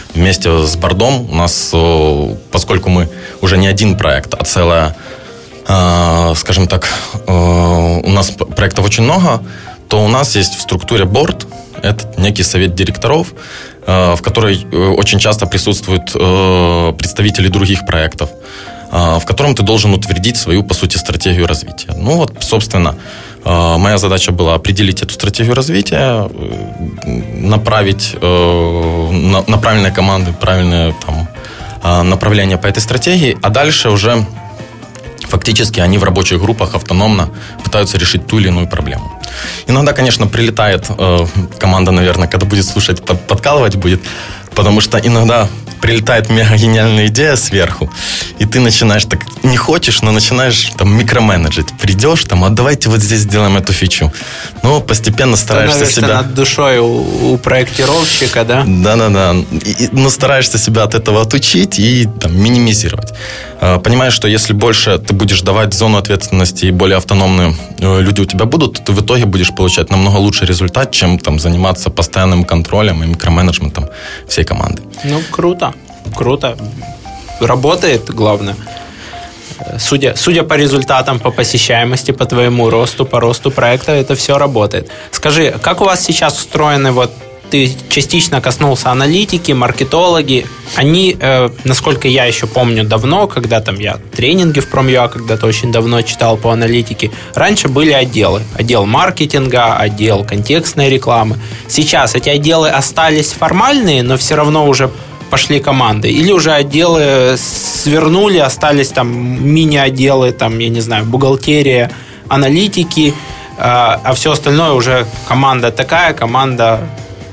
вместе с бордом. У нас, поскольку мы уже не один проект, а целая, скажем так, у нас проектов очень много, то у нас есть в структуре борд, это некий совет директоров, в которой очень часто присутствуют представители других проектов, в котором ты должен утвердить свою, по сути, стратегию развития. Ну вот, собственно, моя задача была определить эту стратегию развития, направить на, на правильные команды, правильные там, направления по этой стратегии, а дальше уже фактически они в рабочих группах автономно пытаются решить ту или иную проблему. Иногда, конечно, прилетает э, команда, наверное, когда будет слушать, под, подкалывать будет, потому что иногда прилетает мега гениальная идея сверху, и ты начинаешь так, не хочешь, но начинаешь там микроменеджить. Придешь там, а давайте вот здесь сделаем эту фичу. Но постепенно стараешься себя... над душой у, у проектировщика, да? Да-да-да. И, но стараешься себя от этого отучить и там, минимизировать. Понимаешь, что если больше ты будешь давать зону ответственности и более автономные люди у тебя будут, то ты в итоге будешь получать намного лучший результат, чем там, заниматься постоянным контролем и микроменеджментом всей команды. Ну, круто. Круто. Работает, главное. Судя, судя по результатам, по посещаемости, по твоему росту, по росту проекта, это все работает. Скажи, как у вас сейчас устроены, вот ты частично коснулся аналитики, маркетологи, они, э, насколько я еще помню давно, когда там я тренинги в Prom.ua когда-то очень давно читал по аналитике, раньше были отделы. Отдел маркетинга, отдел контекстной рекламы. Сейчас эти отделы остались формальные, но все равно уже пошли команды? Или уже отделы свернули, остались там мини-отделы, там, я не знаю, бухгалтерия, аналитики, а все остальное уже команда такая, команда...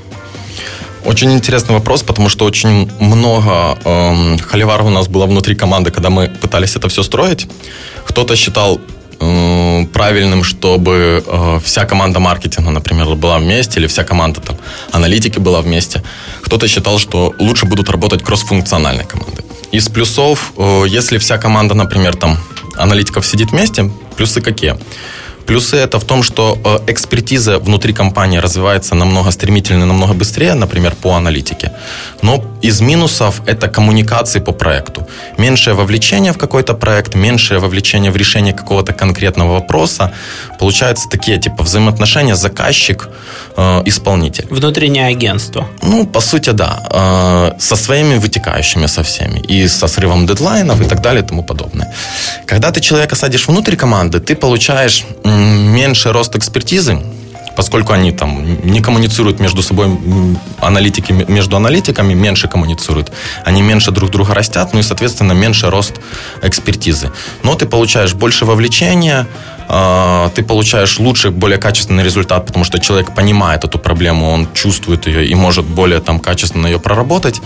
Очень интересный вопрос, потому что очень много э, холивара у нас было внутри команды, когда мы пытались это все строить. Кто-то считал э, правильным, чтобы э, вся команда маркетинга, например, была вместе, или вся команда там, аналитики была вместе. Кто-то считал, что лучше будут работать кроссфункциональные команды. Из плюсов, э, если вся команда, например, там, аналитиков сидит вместе, плюсы какие? Плюсы это в том, что экспертиза внутри компании развивается намного стремительнее, намного быстрее, например, по аналитике. Но из минусов это коммуникации по проекту. Меньшее вовлечение в какой-то проект, меньшее вовлечение в решение какого-то конкретного вопроса. Получаются такие типа взаимоотношения заказчик-исполнитель. Внутреннее агентство. Ну, по сути, да. Со своими вытекающими, со всеми. И со срывом дедлайнов и так далее и тому подобное. Когда ты человека садишь внутрь команды, ты получаешь меньше рост экспертизы, поскольку они там не коммуницируют между собой, аналитики между аналитиками меньше коммуницируют, они меньше друг друга растят, ну и, соответственно, меньше рост экспертизы. Но ты получаешь больше вовлечения, ты получаешь лучший, более качественный результат, потому что человек понимает эту проблему, он чувствует ее и может более там качественно ее проработать.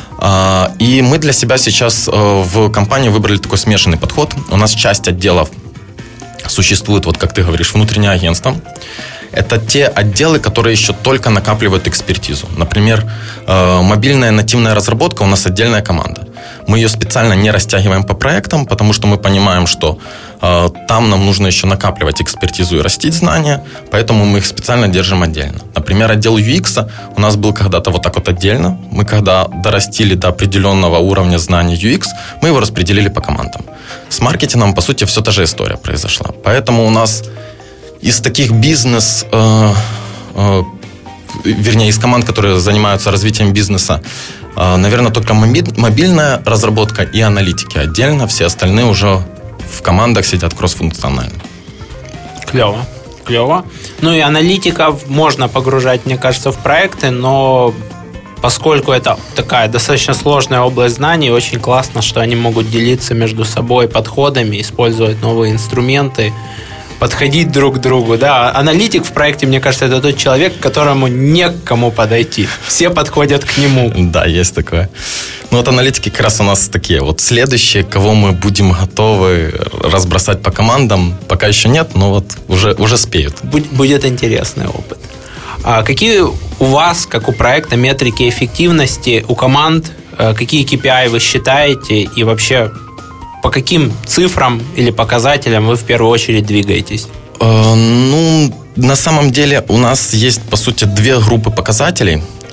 И мы для себя сейчас в компании выбрали такой смешанный подход. У нас часть отделов существует, вот как ты говоришь, внутреннее агентство. Это те отделы, которые еще только накапливают экспертизу. Например, мобильная нативная разработка, у нас отдельная команда. Мы ее специально не растягиваем по проектам, потому что мы понимаем, что э, там нам нужно еще накапливать экспертизу и растить знания, поэтому мы их специально держим отдельно. Например, отдел ю экс у нас был когда-то вот так вот отдельно. Мы когда дорастили до определенного уровня знаний ю экс, мы его распределили по командам. С маркетингом, по сути, все та же история произошла. Поэтому у нас из таких бизнес... Э, э, вернее, из команд, которые занимаются развитием бизнеса, наверное, только мобильная разработка и аналитики отдельно, все остальные уже в командах сидят кроссфункционально. Клево, клево. Ну и аналитиков можно погружать, мне кажется, в проекты, но поскольку это такая достаточно сложная область знаний, очень классно, что они могут делиться между собой подходами, использовать новые инструменты, подходить друг к другу, да. Аналитик в проекте, мне кажется, это тот человек, к которому не к кому подойти. Все подходят к нему. Да, есть такое. Ну вот аналитики как раз у нас такие. Вот следующие, кого мы будем готовы разбросать по командам, пока еще нет, но вот уже, уже спеют. Будет интересный опыт. А какие у вас, как у проекта, метрики эффективности у команд? Какие кей пи ай вы считаете и вообще... По каким цифрам или показателям вы в первую очередь двигаетесь? Э, ну, на самом деле у нас есть, по сути, две группы показателей.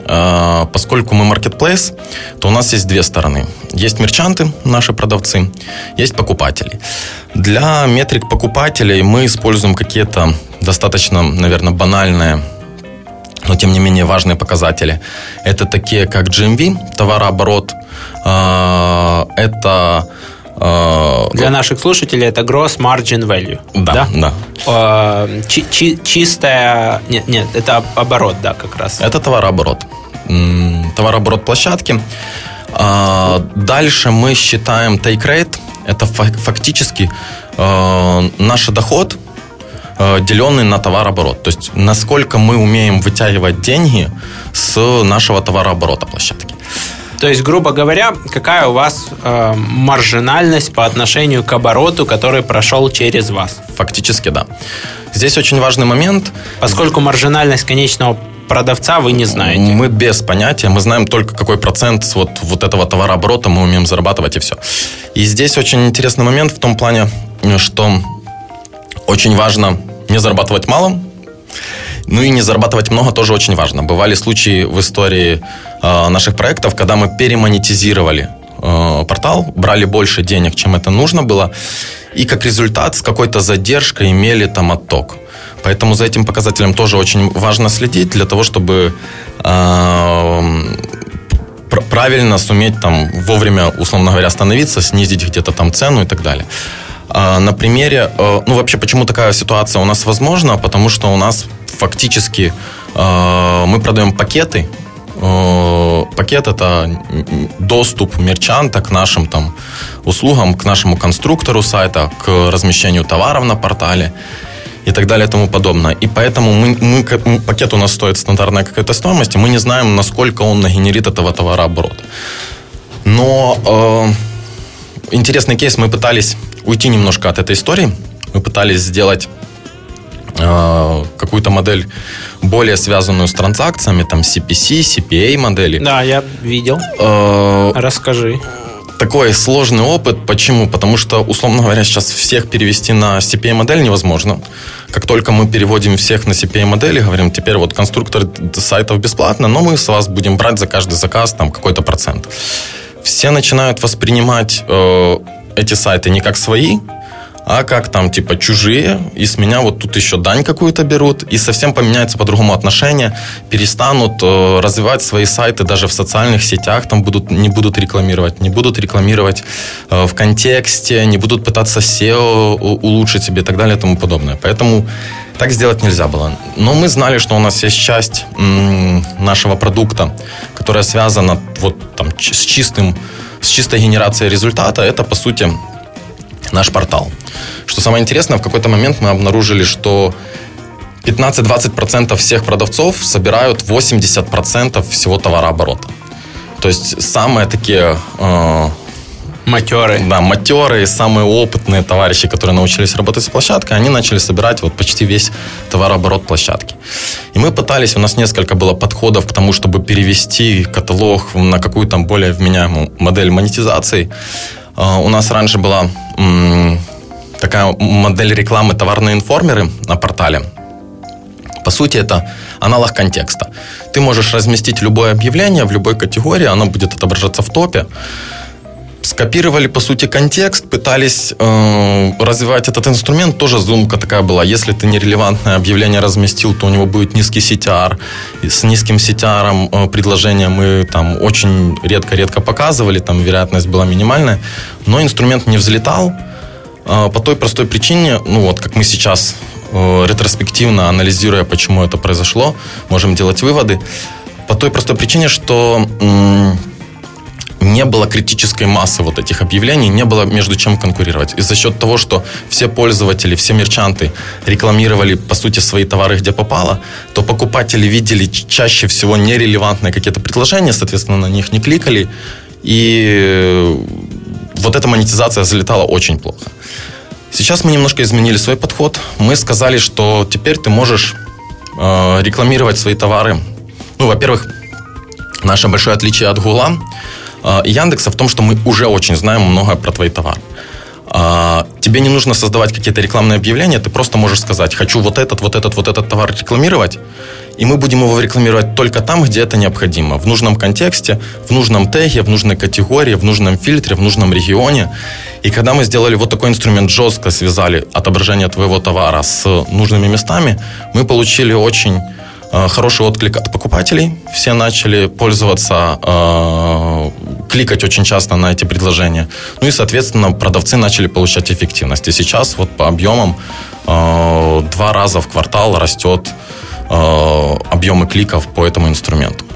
Поскольку мы маркетплейс, то у нас есть две стороны. Есть мерчанты, наши продавцы, есть покупатели. Для метрик покупателей мы используем какие-то достаточно, наверное, банальные, но тем не менее важные показатели. Это такие, как джи эм ви, товарооборот. Это... Для наших слушателей это Gross Margin Value. Да, да. да. Чи- чи- чистая... Нет, нет, это оборот, да, как раз. Это товарооборот. Товарооборот площадки. Дальше мы считаем take rate. Это фактически наш доход, деленный на товарооборот. То есть, насколько мы умеем вытягивать деньги с нашего товарооборота площадки. То есть, грубо говоря, какая у вас э, маржинальность по отношению к обороту, который прошел через вас? Фактически, да. Здесь очень важный момент. Поскольку маржинальность конечного продавца вы не знаете. Мы без понятия. Мы знаем только, какой процент вот, вот этого товарооборота мы умеем зарабатывать, и все. И здесь очень интересный момент в том плане, что очень важно не зарабатывать мало, ну и не зарабатывать много тоже очень важно. Бывали случаи в истории э, наших проектов, когда мы перемонетизировали э, портал, брали больше денег, чем это нужно было, и как результат с какой-то задержкой имели там отток. Поэтому за этим показателем тоже очень важно следить для того, чтобы э, пр- правильно суметь там вовремя, условно говоря, остановиться, снизить где-то там цену и так далее. Э, на примере, э, ну вообще, почему такая ситуация у нас возможна? Потому что у нас фактически э, мы продаем пакеты. Э, пакет – это доступ мерчанта к нашим там услугам, к нашему конструктору сайта, к размещению товаров на портале и так далее и тому подобное. И поэтому мы, мы, пакет у нас стоит стандартная какая-то стоимость, и мы не знаем, насколько он нагенерит этого товарооборота. Но э, интересный кейс, мы пытались уйти немножко от этой истории. Мы пытались сделать э, какую-то модель более связанную с транзакциями, там си пи си, си пи эй модели. Да, я видел. Э, Расскажи. Такой сложный опыт. Почему? Потому что, условно говоря, сейчас всех перевести на си пи эй-модель невозможно. Как только мы переводим всех на си пи эй-модели, говорим, теперь вот конструктор сайтов бесплатно, но мы с вас будем брать за каждый заказ там какой-то процент. Все начинают воспринимать э, эти сайты не как свои, а как там типа чужие, и с меня вот тут еще дань какую-то берут, и совсем поменяется по-другому отношение, перестанут э, развивать свои сайты даже в социальных сетях, там будут, не будут рекламировать, не будут рекламировать э, в контексте, не будут пытаться сео улучшить себе и так далее и тому подобное. Поэтому так сделать нельзя было. Но мы знали, что у нас есть часть м- нашего продукта, которая связана вот там с чистым, с чистой генерацией результата. Это, по сути, наш портал. Что самое интересное, в какой-то момент мы обнаружили, что пятнадцать-двадцать процентов всех продавцов собирают восемьдесят процентов всего товарооборота. То есть самые такие... Э, матерые. Да, матерые, самые опытные товарищи, которые научились работать с площадкой, они начали собирать вот почти весь товарооборот площадки. И мы пытались, у нас несколько было подходов к тому, чтобы перевести каталог на какую-то более вменяемую модель монетизации. У нас раньше была м, такая модель рекламы «Товарные информеры» на портале. По сути, это аналог контекста. Ты можешь разместить любое объявление в любой категории, оно будет отображаться в топе. Скопировали, по сути, контекст, пытались э, развивать этот инструмент. Тоже задумка такая была. Если ты нерелевантное объявление разместил, то у него будет низкий си ти ар. И с низким си ти ар э, предложения мы там очень редко-редко показывали, там вероятность была минимальная. Но инструмент не взлетал э, по той простой причине, ну вот как мы сейчас э, ретроспективно анализируя, почему это произошло, можем делать выводы. По той простой причине, что... М- не было критической массы вот этих объявлений, не было между чем конкурировать. И за счет того, что все пользователи, все мерчанты рекламировали, по сути, свои товары где попало, то покупатели видели чаще всего нерелевантные какие-то предложения, соответственно, на них не кликали, и вот эта монетизация залетала очень плохо. Сейчас мы немножко изменили свой подход. Мы сказали, что теперь ты можешь э, рекламировать свои товары. Ну, во-первых, наше большое отличие от Гугла и Яндекса в том, что мы уже очень знаем многое про твои товары. Тебе не нужно создавать какие-то рекламные объявления, ты просто можешь сказать, хочу вот этот, вот этот, вот этот товар рекламировать, и мы будем его рекламировать только там, где это необходимо. В нужном контексте, в нужном теге, в нужной категории, в нужном фильтре, в нужном регионе. И когда мы сделали вот такой инструмент, жестко связали отображение твоего товара с нужными местами, мы получили очень э, хороший отклик от покупателей. Все начали пользоваться, э, кликать очень часто на эти предложения. Ну и, соответственно, продавцы начали получать эффективность. И сейчас вот по объемам э, два раза в квартал растет объемы кликов по этому инструменту.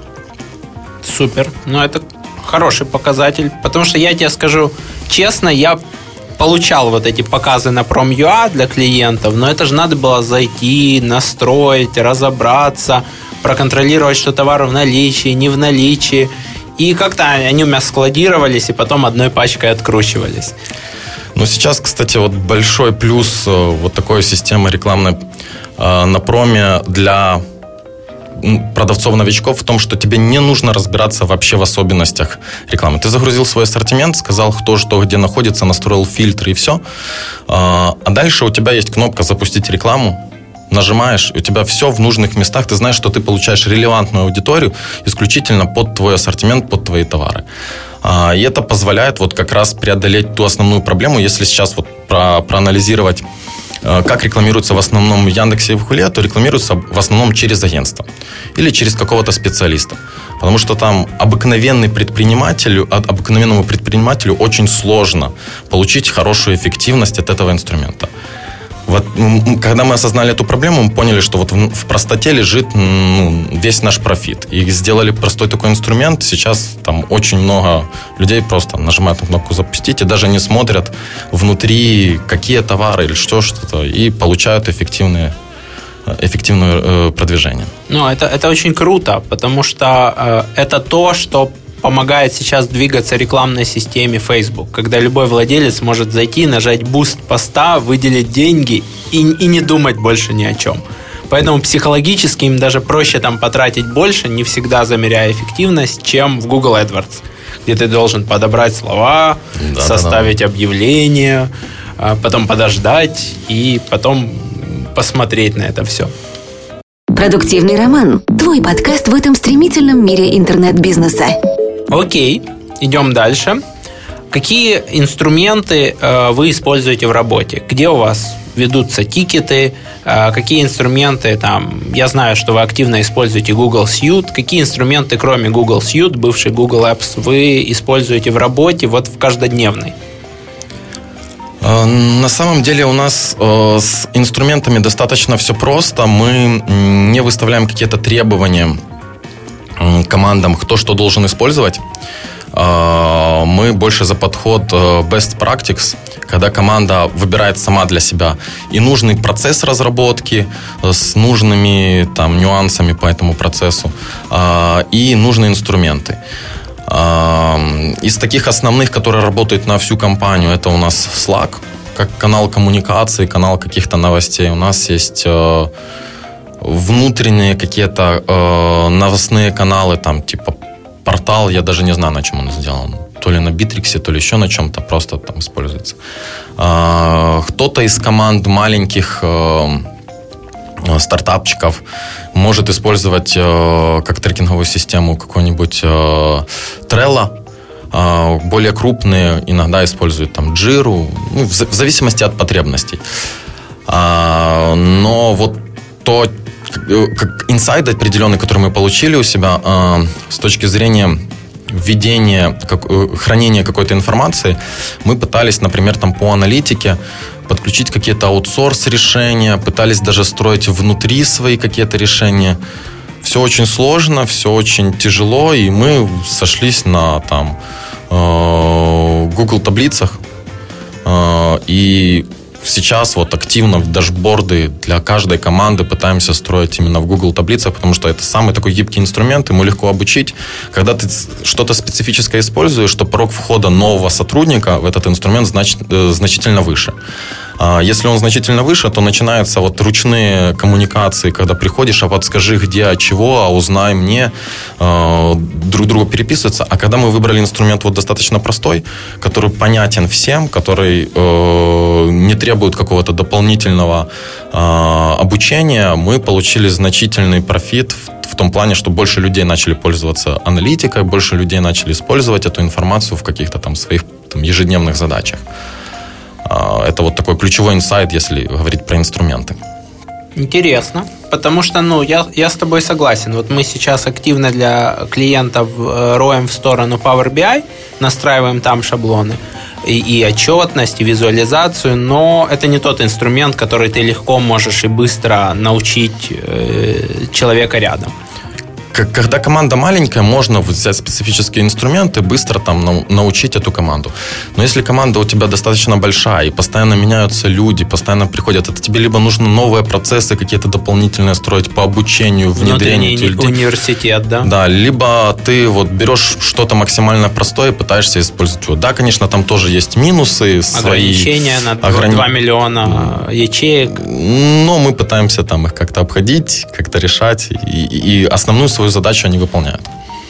Супер. Ну, это хороший показатель, потому что я тебе скажу честно, я получал вот эти показы на Prom.ua для клиентов, но это же надо было зайти, настроить, разобраться, проконтролировать, что товар в наличии, не в наличии. И как-то они у меня складировались и потом одной пачкой откручивались. Ну, сейчас, кстати, вот большой плюс вот такой системы рекламной на проме для продавцов-новичков в том, что тебе не нужно разбираться вообще в особенностях рекламы. Ты загрузил свой ассортимент, сказал, кто что где находится, настроил фильтры и все. А дальше у тебя есть кнопка «Запустить рекламу». Нажимаешь, и у тебя все в нужных местах. Ты знаешь, что ты получаешь релевантную аудиторию исключительно под твой ассортимент, под твои товары. И это позволяет вот как раз преодолеть ту основную проблему. Если сейчас вот про, проанализировать, как рекламируется в основном в Яндексе и в Хуле, то рекламируется в основном через агентство или через какого-то специалиста. Потому что там обыкновенный предпринимателю, обыкновенному предпринимателю очень сложно получить хорошую эффективность от этого инструмента. Вот, когда мы осознали эту проблему, мы поняли, что вот в, в простоте лежит ну, весь наш профит. И сделали простой такой инструмент. Сейчас там очень много людей просто нажимают на кнопку «Запустить» и даже не смотрят внутри, какие товары или что, что-то, и получают эффективные, эффективное э, продвижение. Ну, это, это очень круто, потому что э, это то, что помогает сейчас двигаться рекламной системе Facebook, когда любой владелец может зайти, нажать буст поста, выделить деньги и, и не думать больше ни о чем. Поэтому психологически им даже проще там потратить больше, не всегда замеряя эффективность, чем в Google AdWords, где ты должен подобрать слова, да, составить да, да. объявление, потом подождать и потом посмотреть на это все. Продуктивный роман. Твой подкаст в этом стремительном мире интернет-бизнеса. Окей, идем дальше. Какие инструменты э, вы используете в работе? Где у вас ведутся тикеты? Э, какие инструменты там? Я знаю, что вы активно используете Google Suite. Какие инструменты, кроме Google Suite, бывший Google Apps, вы используете в работе, вот в каждодневной? На самом деле у нас э, с инструментами достаточно все просто. Мы не выставляем какие-то требования командам, кто что должен использовать. Мы больше за подход best practice, когда команда выбирает сама для себя и нужный процесс разработки с нужными там, нюансами по этому процессу, и нужные инструменты. Из таких основных, которые работают на всю компанию, это у нас Slack, как канал коммуникации, канал каких-то новостей. У нас есть внутренние какие-то э, новостные каналы, там, типа портал, я даже не знаю, на чем он сделан. То ли на Битриксе, то ли еще на чем-то, просто там используется. Э, кто-то из команд маленьких э, стартапчиков может использовать э, как трекинговую систему какую-нибудь э, Trello. Э, более крупные иногда используют там Jira, ну, в, в зависимости от потребностей. Э, но вот то, как инсайд определенный, который мы получили у себя э, с точки зрения введения, как, э, хранения какой-то информации, мы пытались, например, там по аналитике подключить какие-то аутсорс-решения, пытались даже строить внутри свои какие-то решения. Все очень сложно, все очень тяжело, и мы сошлись на там, э, Google таблицах, э, и сейчас вот активно дашборды для каждой команды пытаемся строить именно в Google таблицах, потому что это самый такой гибкий инструмент, ему легко обучить. Когда ты что-то специфическое используешь, то порог входа нового сотрудника в этот инструмент знач, значительно выше. Если он значительно выше, то начинаются вот ручные коммуникации, когда приходишь, а подскажи, где, от чего, а узнай мне, друг друга переписываться. А когда мы выбрали инструмент вот достаточно простой, который понятен всем, который не требует какого-то дополнительного обучения, мы получили значительный профит в в том плане, что больше людей начали пользоваться аналитикой, больше людей начали использовать эту информацию в каких-то там своих там, ежедневных задачах. Это вот такой ключевой инсайт, если говорить про инструменты. Интересно, потому что, ну, я, я с тобой согласен. Вот мы сейчас активно для клиентов роем в сторону Power би ай, настраиваем там шаблоны, и, и отчетность, и визуализацию, но это не тот инструмент, который ты легко можешь и быстро научить э, человека рядом. Когда команда маленькая, можно взять специфические инструменты, быстро там научить эту команду. Но если команда у тебя достаточно большая, и постоянно меняются люди, постоянно приходят, это тебе либо нужно новые процессы какие-то дополнительные строить по обучению, внедрению. Внутренний университет, да? Да, либо ты вот берешь что-то максимально простое и пытаешься использовать его. Да, конечно, там тоже есть минусы. Ограничения свои, на ограни... два миллиона ячеек. Но мы пытаемся там их как-то обходить, как-то решать, и, и основную свою задачу они выполняют.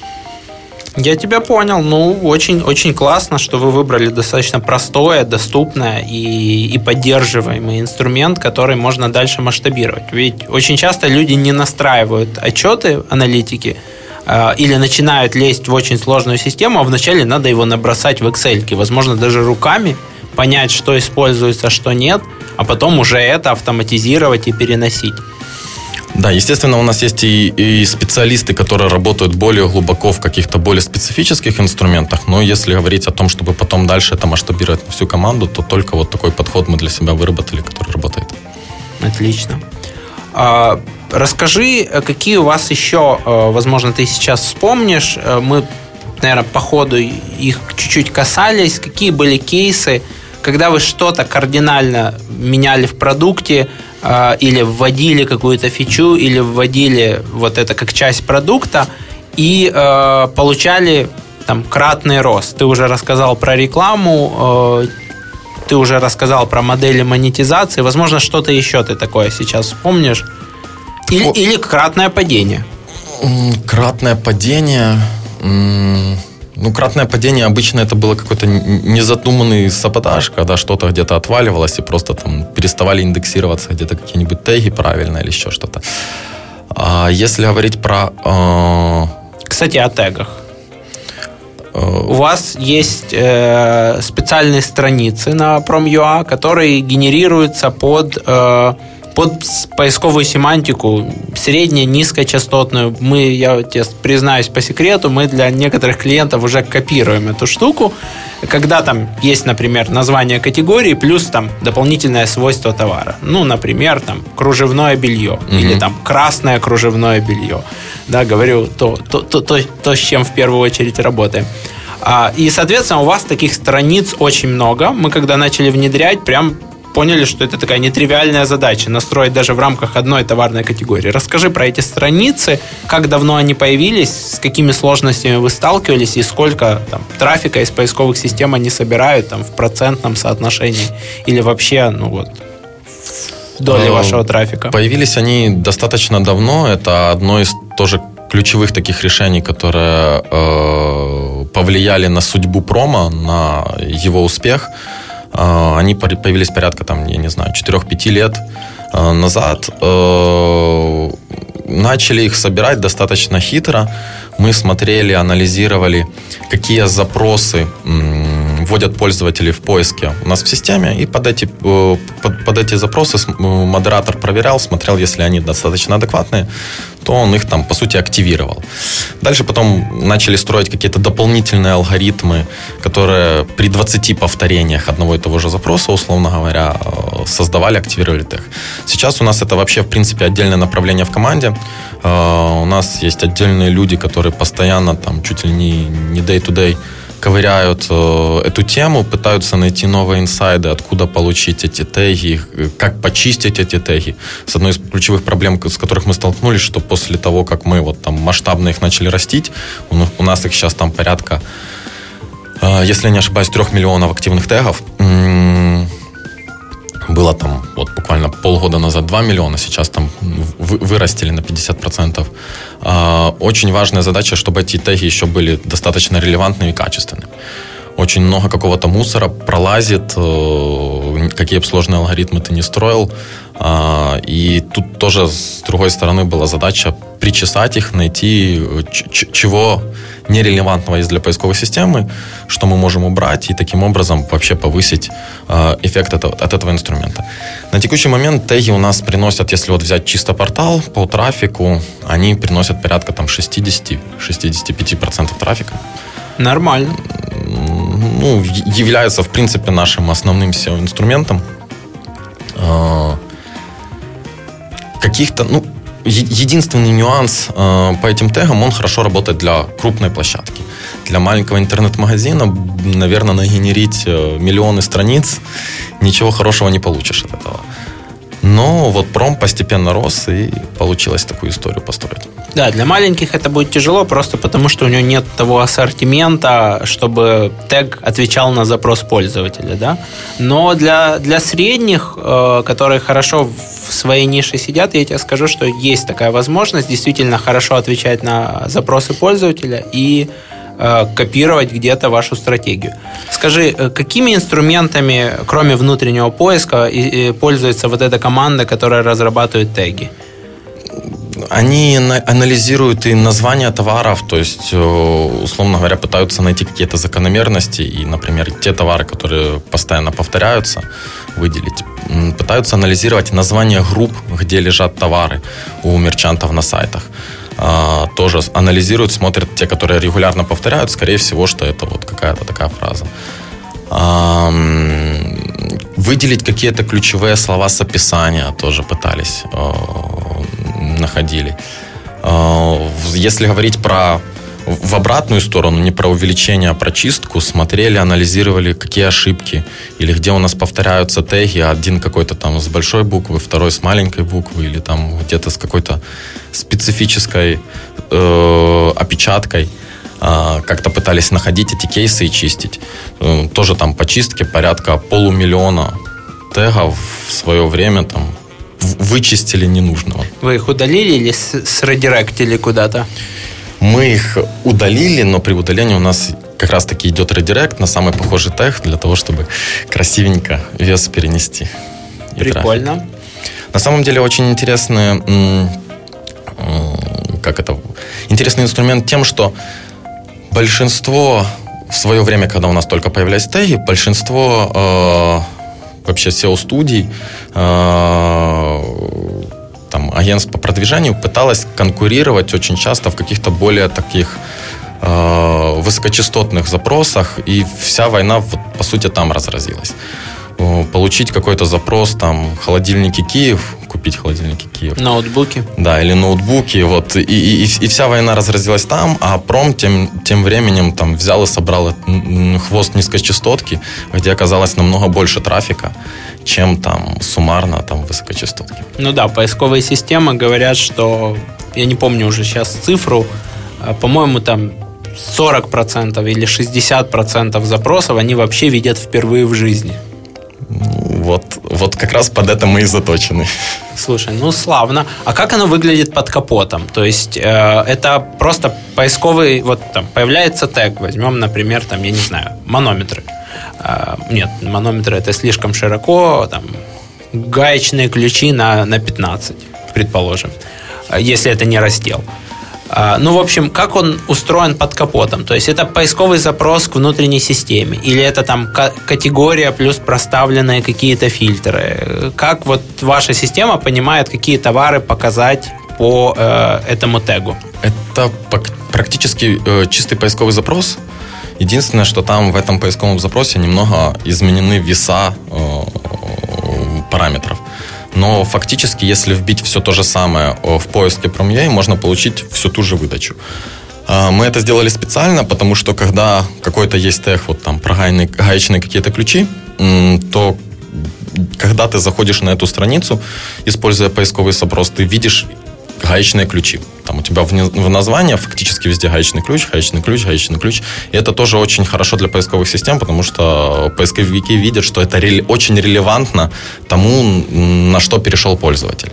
Я тебя понял. Ну, очень, очень классно, что вы выбрали достаточно простое, доступное и, и поддерживаемый инструмент, который можно дальше масштабировать. Ведь очень часто люди не настраивают отчеты аналитики э, или начинают лезть в очень сложную систему, а вначале надо его набросать в Excel, возможно, даже руками, понять, что используется, что нет, а потом уже это автоматизировать и переносить. Да, естественно, у нас есть и, и специалисты, которые работают более глубоко в каких-то более специфических инструментах, но если говорить о том, чтобы потом дальше это масштабировать на всю команду, то только вот такой подход мы для себя выработали, который работает. Отлично. А, расскажи, какие у вас еще, возможно, ты сейчас вспомнишь, мы, наверное, по ходу их чуть-чуть касались, какие были кейсы, когда вы что-то кардинально меняли в продукте, или вводили какую-то фичу, или вводили вот это как часть продукта и э, получали там кратный рост. Ты уже рассказал про рекламу, э, ты уже рассказал про модели монетизации. Возможно, что-то еще ты такое сейчас вспомнишь. Или, О... или кратное падение. Кратное падение... Ну, кратное падение обычно это было какой-то незадуманный саботаж, когда что-то где-то отваливалось и просто там переставали индексироваться где-то какие-нибудь теги правильно или еще что-то. А если говорить про... Э... Кстати, о тегах. Э... У вас есть э, специальные страницы на Prom.ua, которые генерируются под... Э, под поисковую семантику, среднюю, низкочастотную. Мы, я тебе признаюсь по секрету, мы для некоторых клиентов уже копируем эту штуку, когда там есть, например, название категории плюс там дополнительное свойство товара. Ну, например, там кружевное белье mm-hmm. или там красное кружевное белье. Да, говорю то, то, то, то, то, с чем в первую очередь работаем. А, и, соответственно, у вас таких страниц очень много. Мы когда начали внедрять, прям поняли, что это такая нетривиальная задача настроить даже в рамках одной товарной категории. Расскажи про эти страницы, как давно они появились, с какими сложностями вы сталкивались и сколько там, трафика из поисковых систем они собирают там, в процентном соотношении или вообще ну, вот, в доле вашего трафика. Появились они достаточно давно. Это одно из тоже ключевых таких решений, которые э, повлияли на судьбу промо, на его успех. Они появились порядка, там, я не знаю, четыре-пять лет назад. Начали их собирать достаточно хитро. Мы смотрели, анализировали, какие запросы вводят пользователи в поиске у нас в системе. И под эти, под, под эти запросы модератор проверял, смотрел, если они достаточно адекватные, то он их там, по сути, активировал. Дальше потом начали строить какие-то дополнительные алгоритмы, которые при двадцати повторениях одного и того же запроса, условно говоря, создавали, активировали тег. Сейчас у нас это вообще, в принципе, отдельное направление в команде. У нас есть отдельные люди, которые постоянно, там, чуть ли не, не day-to-day ковыряют э, эту тему, пытаются найти новые инсайды, откуда получить эти теги, как почистить эти теги. С одной из ключевых проблем, с которых мы столкнулись, что после того, как мы вот там масштабно их начали растить, у, у нас их сейчас там порядка, э, если я не ошибаюсь, трех миллионов активных тегов. М-м, было было там вот буквально полгода назад два миллиона, сейчас там вырастили на пятьдесят процентов. Очень важная задача, чтобы эти теги еще были достаточно релевантными и качественными. Очень много какого-то мусора пролазит, какие бы сложные алгоритмы ты не строил. И тут тоже, с другой стороны, была задача причесать их, найти, чего нерелевантного есть для поисковой системы, что мы можем убрать, и таким образом вообще повысить эффект от этого инструмента. На текущий момент теги у нас приносят, если вот взять чисто портал по трафику, они приносят порядка там шестьдесят-шестьдесят пять процентов трафика. Нормально. Ну, является, в принципе, нашим основным эс и о-инструментом. Каких-то, ну, единственный нюанс э, по этим тегам, он хорошо работает для крупной площадки. Для маленького интернет-магазина, наверное, нагенерить миллионы страниц, ничего хорошего не получишь от этого. Но вот пром постепенно рос, и получилось такую историю построить. Да, для маленьких это будет тяжело, просто потому что у него нет того ассортимента, чтобы тег отвечал на запрос пользователя, да. Но для, для средних, э, которые хорошо в своей нише сидят, я тебе скажу, что есть такая возможность действительно хорошо отвечать на запросы пользователя и э, копировать где-то вашу стратегию. Скажи, какими инструментами, кроме внутреннего поиска, и, и пользуется вот эта команда, которая разрабатывает теги? Они анализируют и названия товаров, то есть, условно говоря, пытаются найти какие-то закономерности и, например, те товары, которые постоянно повторяются, выделить. Пытаются анализировать названия групп, где лежат товары у мерчантов на сайтах. Тоже анализируют, смотрят те, которые регулярно повторяют, скорее всего, что это вот какая-то такая фраза. Выделить какие-то ключевые слова с описания тоже пытались, находили. Если говорить про в обратную сторону, не про увеличение, а про чистку, смотрели, анализировали, какие ошибки, или где у нас повторяются теги, один какой-то там с большой буквы, второй с маленькой буквы, или там где-то с какой-то специфической э, опечаткой. Э, как-то пытались находить эти кейсы и чистить. Э, тоже там по чистке порядка полумиллиона тегов в свое время там вычистили ненужного. Вы их удалили или средиректили куда-то? Мы их удалили, но при удалении у нас как раз-таки идет редирект на самый похожий тег для того, чтобы красивенько вес перенести. Прикольно. Трафик. На самом деле очень интересный, как это, интересный инструмент тем, что большинство в свое время, когда у нас только появлялись теги, большинство э, вообще эс и о-студий, э, там, агентств по продвижению пыталось конкурировать очень часто в каких-то более таких э, высокочастотных запросах, и вся война, вот, по сути, там разразилась. Получить какой-то запрос, там, холодильники Киев, купить холодильники Киев. Ноутбуки. Да, или ноутбуки, вот, и, и, и вся война разразилась там, а пром тем, тем временем там взял и собрал хвост низкочастотки, где оказалось намного больше трафика, чем там суммарно там высокочастотки. Ну да, поисковые системы говорят, что, я не помню уже сейчас цифру, по-моему, там сорок процентов или шестьдесят процентов запросов они вообще видят впервые в жизни. Вот, вот как раз под это мы и заточены. Слушай, ну славно. А как оно выглядит под капотом? То есть э, это просто поисковый, вот там появляется тег, возьмем, например, там, я не знаю, манометры. Э, нет, манометры это слишком широко, там, гаечные ключи на, на пятнадцать, предположим, если это не раздел. Ну, в общем, как он устроен под капотом? То есть это поисковый запрос к внутренней системе? Или это там категория плюс проставленные какие-то фильтры? Как вот ваша система понимает, какие товары показать по э, этому тегу? Это практически э, чистый поисковый запрос. Единственное, что там в этом поисковом запросе немного изменены веса э, параметров. Но фактически, если вбить все то же самое в поиске Prom.ua, можно получить всю ту же выдачу. Мы это сделали специально, потому что когда какой-то есть тег, вот там про гаечные какие-то ключи, то когда ты заходишь на эту страницу, используя поисковый запрос, ты видишь гаечные ключи. Там у тебя в названии фактически везде гаечный ключ, гаечный ключ, гаечный ключ. И это тоже очень хорошо для поисковых систем, потому что поисковики видят, что это ре- очень релевантно тому, на что перешел пользователь.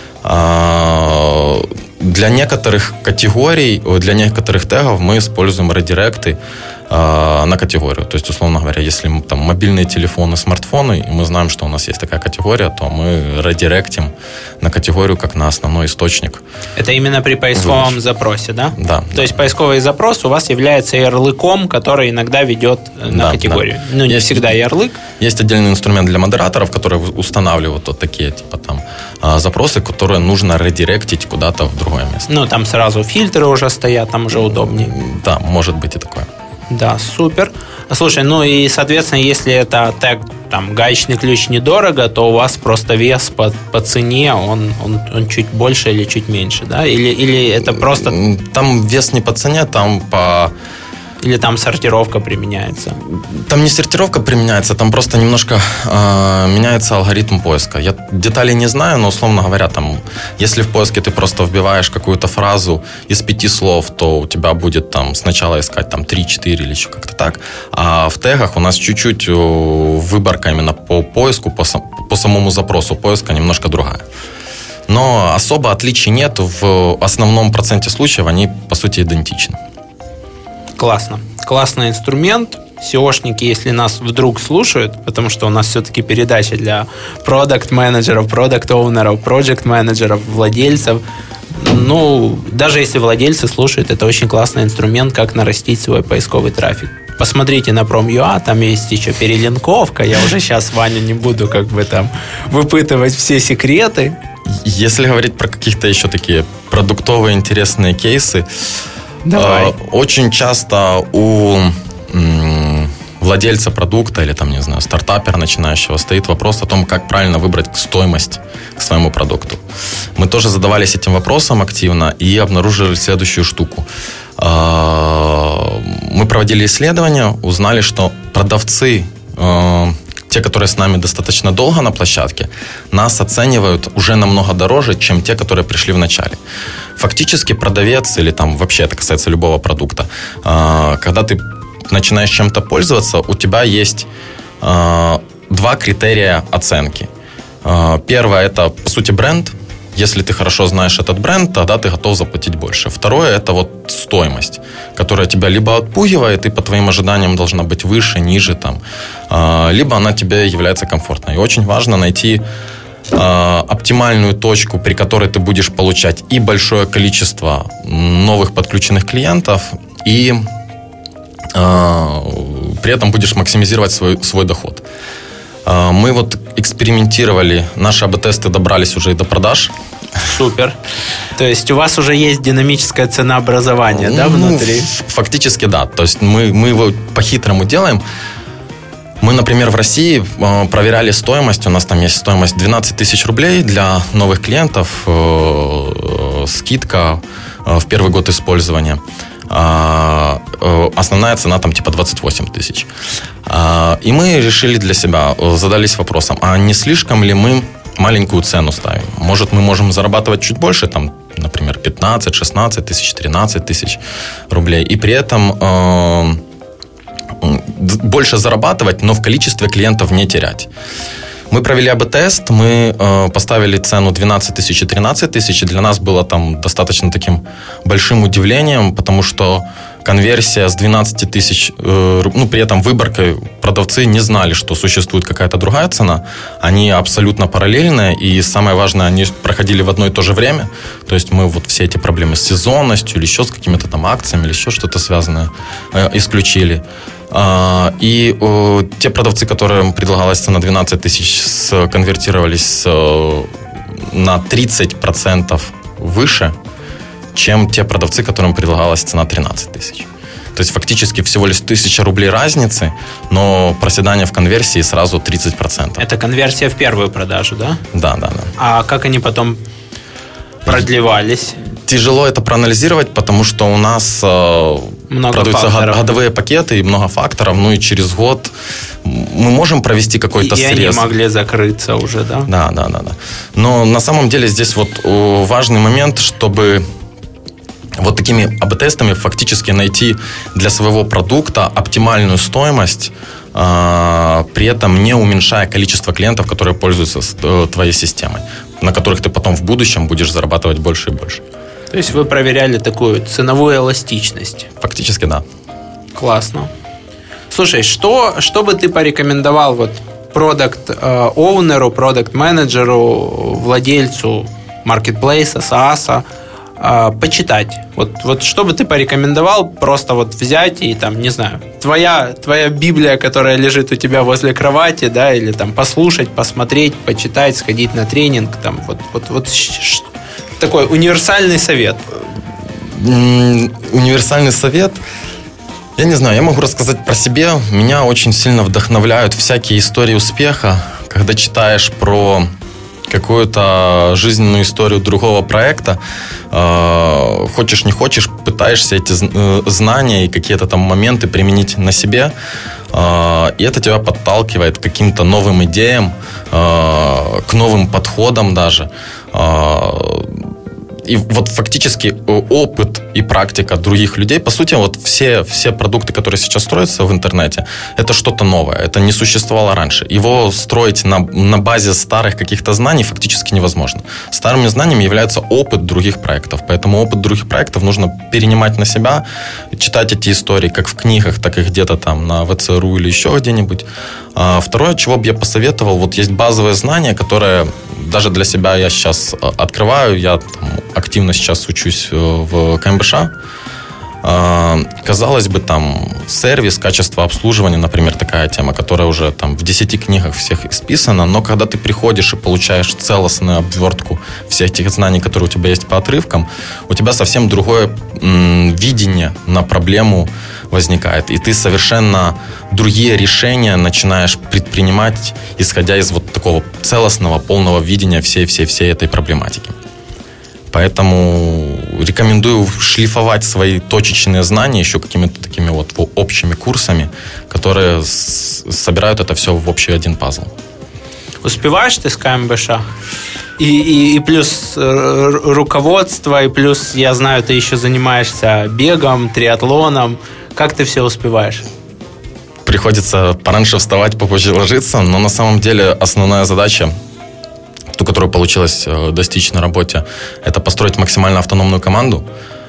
Для некоторых категорий, для некоторых тегов мы используем редиректы на категорию. То есть, условно говоря, если там мобильные телефоны, смартфоны, и мы знаем, что у нас есть такая категория, то мы редиректим на категорию как на основной источник. Это именно при поисковом выдачи. Запросе, да? Да. То да. есть поисковый запрос у вас является ярлыком, который иногда ведет на да, категорию. Да. Ну, не есть, всегда ярлык. Есть отдельный инструмент для модераторов, которые устанавливают вот такие типа там запросы, которые нужно редиректить куда-то в другое место. Ну, там сразу фильтры уже стоят, там уже удобнее. Да, может быть и такое. Да, супер. Слушай, ну и, соответственно, если это тег, там, гаечный ключ недорого, то у вас просто вес по, по цене, он, он, он чуть больше или чуть меньше, да? Или, или это просто... Там вес не по цене, там по... Или там сортировка применяется? Там не сортировка применяется, там просто немножко э, меняется алгоритм поиска. Я деталей не знаю, но, условно говоря, там, если в поиске ты просто вбиваешь какую-то фразу из пяти слов, то у тебя будет там сначала искать там три-четыре или еще как-то так. А в тегах у нас чуть-чуть выборка именно по поиску, по, по самому запросу поиска немножко другая. Но особо отличий нет. В основном проценте случаев они, по сути, идентичны. Классно. Классный инструмент. сеошники, если нас вдруг слушают, потому что у нас все-таки передача для продакт-менеджеров, продакт-оунеров, проект-менеджеров, владельцев. Ну, даже если владельцы слушают, это очень классный инструмент, как нарастить свой поисковый трафик. Посмотрите на Prom.ua, там есть еще перелинковка. Я уже сейчас, Ваня, не буду как бы там выпытывать все секреты. Если говорить про каких-то еще такие продуктовые интересные кейсы, Давай. Очень часто у владельца продукта или там, не знаю, стартапера начинающего стоит вопрос о том, как правильно выбрать стоимость к своему продукту. Мы тоже задавались этим вопросом активно и обнаружили следующую штуку. Мы проводили исследования, узнали, что продавцы, те, которые с нами достаточно долго на площадке, нас оценивают уже намного дороже, чем те, которые пришли в начале. Фактически продавец, или там вообще это касается любого продукта, когда ты начинаешь чем-то пользоваться, у тебя есть два критерия оценки. Первое – это, по сути, бренд. Если ты хорошо знаешь этот бренд, тогда ты готов заплатить больше. Второе – это вот стоимость, которая тебя либо отпугивает, и по твоим ожиданиям должна быть выше, ниже, там, либо она тебе является комфортной. И очень важно найти оптимальную точку, при которой ты будешь получать и большое количество новых подключенных клиентов, и при этом будешь максимизировать свой, свой доход. Мы вот экспериментировали, наши эй-би-тесты добрались уже и до продаж. Супер. То есть у вас уже есть динамическое ценообразование, ну, да, внутри? Фактически да. То есть мы, мы его по-хитрому делаем. Мы, например, в России проверяли стоимость. У нас там есть стоимость двенадцать тысяч рублей для новых клиентов. Скидка в первый год использования. Основная цена там типа двадцать восемь тысяч. И мы решили для себя, задались вопросом, а не слишком ли мы маленькую цену ставим? Может, мы можем зарабатывать чуть больше, там, например, пятнадцать-шестнадцать тысяч, тринадцать тысяч рублей, и при этом э, больше зарабатывать, но в количестве клиентов не терять. Мы провели эй-би-тест, мы э, поставили цену двенадцать тысяч и тринадцать тысяч, и для нас было там достаточно таким большим удивлением, потому что конверсия с двенадцати тысяч, э, ну, при этом выборкой продавцы не знали, что существует какая-то другая цена, они абсолютно параллельные, и самое важное, они проходили в одно и то же время, то есть мы вот все эти проблемы с сезонностью или еще с какими-то там акциями, или еще что-то связанное, э, исключили. И э, те продавцы, которым предлагалась цена двенадцать тысяч, конвертировались э, на тридцать процентов выше, чем те продавцы, которым предлагалась цена тринадцать тысяч. То есть фактически всего лишь тысяча рублей разницы, но проседание в конверсии сразу тридцать процентов. Это конверсия в первую продажу, да? Да, да, да. А как они потом продлевались? Тяжело это проанализировать, потому что у нас... Э, Много продаются факторов. годовые пакеты и много факторов, ну и через год мы можем провести какой-то и, срез. И они могли закрыться уже, да? Да, да, да, да. Но на самом деле здесь вот важный момент, чтобы вот такими эй би тестами фактически найти для своего продукта оптимальную стоимость, при этом не уменьшая количество клиентов, которые пользуются твоей системой, на которых ты потом в будущем будешь зарабатывать больше и больше. То есть вы проверяли такую ценовую эластичность? Фактически, да. Классно. Слушай, что, что бы ты порекомендовал вот продакт-оунеру, продакт-менеджеру, владельцу маркетплейса, SaaS почитать? Вот, вот что бы ты порекомендовал просто вот взять и там, не знаю, твоя, твоя Библия, которая лежит у тебя возле кровати, да, или там послушать, посмотреть, почитать, сходить на тренинг, там, вот, вот, вот такой универсальный совет. Универсальный совет? Я не знаю, я могу рассказать про себя. Меня очень сильно вдохновляют всякие истории успеха, когда читаешь про какую-то жизненную историю другого проекта, э, хочешь не хочешь, пытаешься эти знания и какие-то там моменты применить на себе, э, и это тебя подталкивает к каким-то новым идеям, э, к новым подходам даже. Э, И вот фактически опыт и практика других людей, по сути, вот все, все продукты, которые сейчас строятся в интернете, это что-то новое, это не существовало раньше. Его строить на, на базе старых каких-то знаний фактически невозможно. Старыми знаниями является опыт других проектов, поэтому опыт других проектов нужно перенимать на себя, читать эти истории как в книгах, так и где-то там на вэ цэ эр у или еще где-нибудь. А второе, чего бы я посоветовал, вот есть базовые знания, которые даже для себя я сейчас открываю, я там активно сейчас учусь в ка эм бэ ша. Казалось бы, там сервис, качество обслуживания, например, такая тема, которая уже там в десяти книгах всех исписана, но когда ты приходишь и получаешь целостную обвертку всех этих знаний, которые у тебя есть по отрывкам, у тебя совсем другое м, видение на проблему возникает, и ты совершенно другие решения начинаешь предпринимать, исходя из вот такого целостного, полного видения всей-всей-всей этой проблематики. Поэтому рекомендую шлифовать свои точечные знания еще какими-то такими вот общими курсами, которые с- собирают это все в общий один пазл. Успеваешь ты с ка эм бэ ша? И, и, и плюс руководство, и плюс, я знаю, ты еще занимаешься бегом, триатлоном. Как ты все успеваешь? Приходится пораньше вставать, попозже ложиться, но на самом деле основная задача, ту, которую получилось достичь на работе, это построить максимально автономную команду,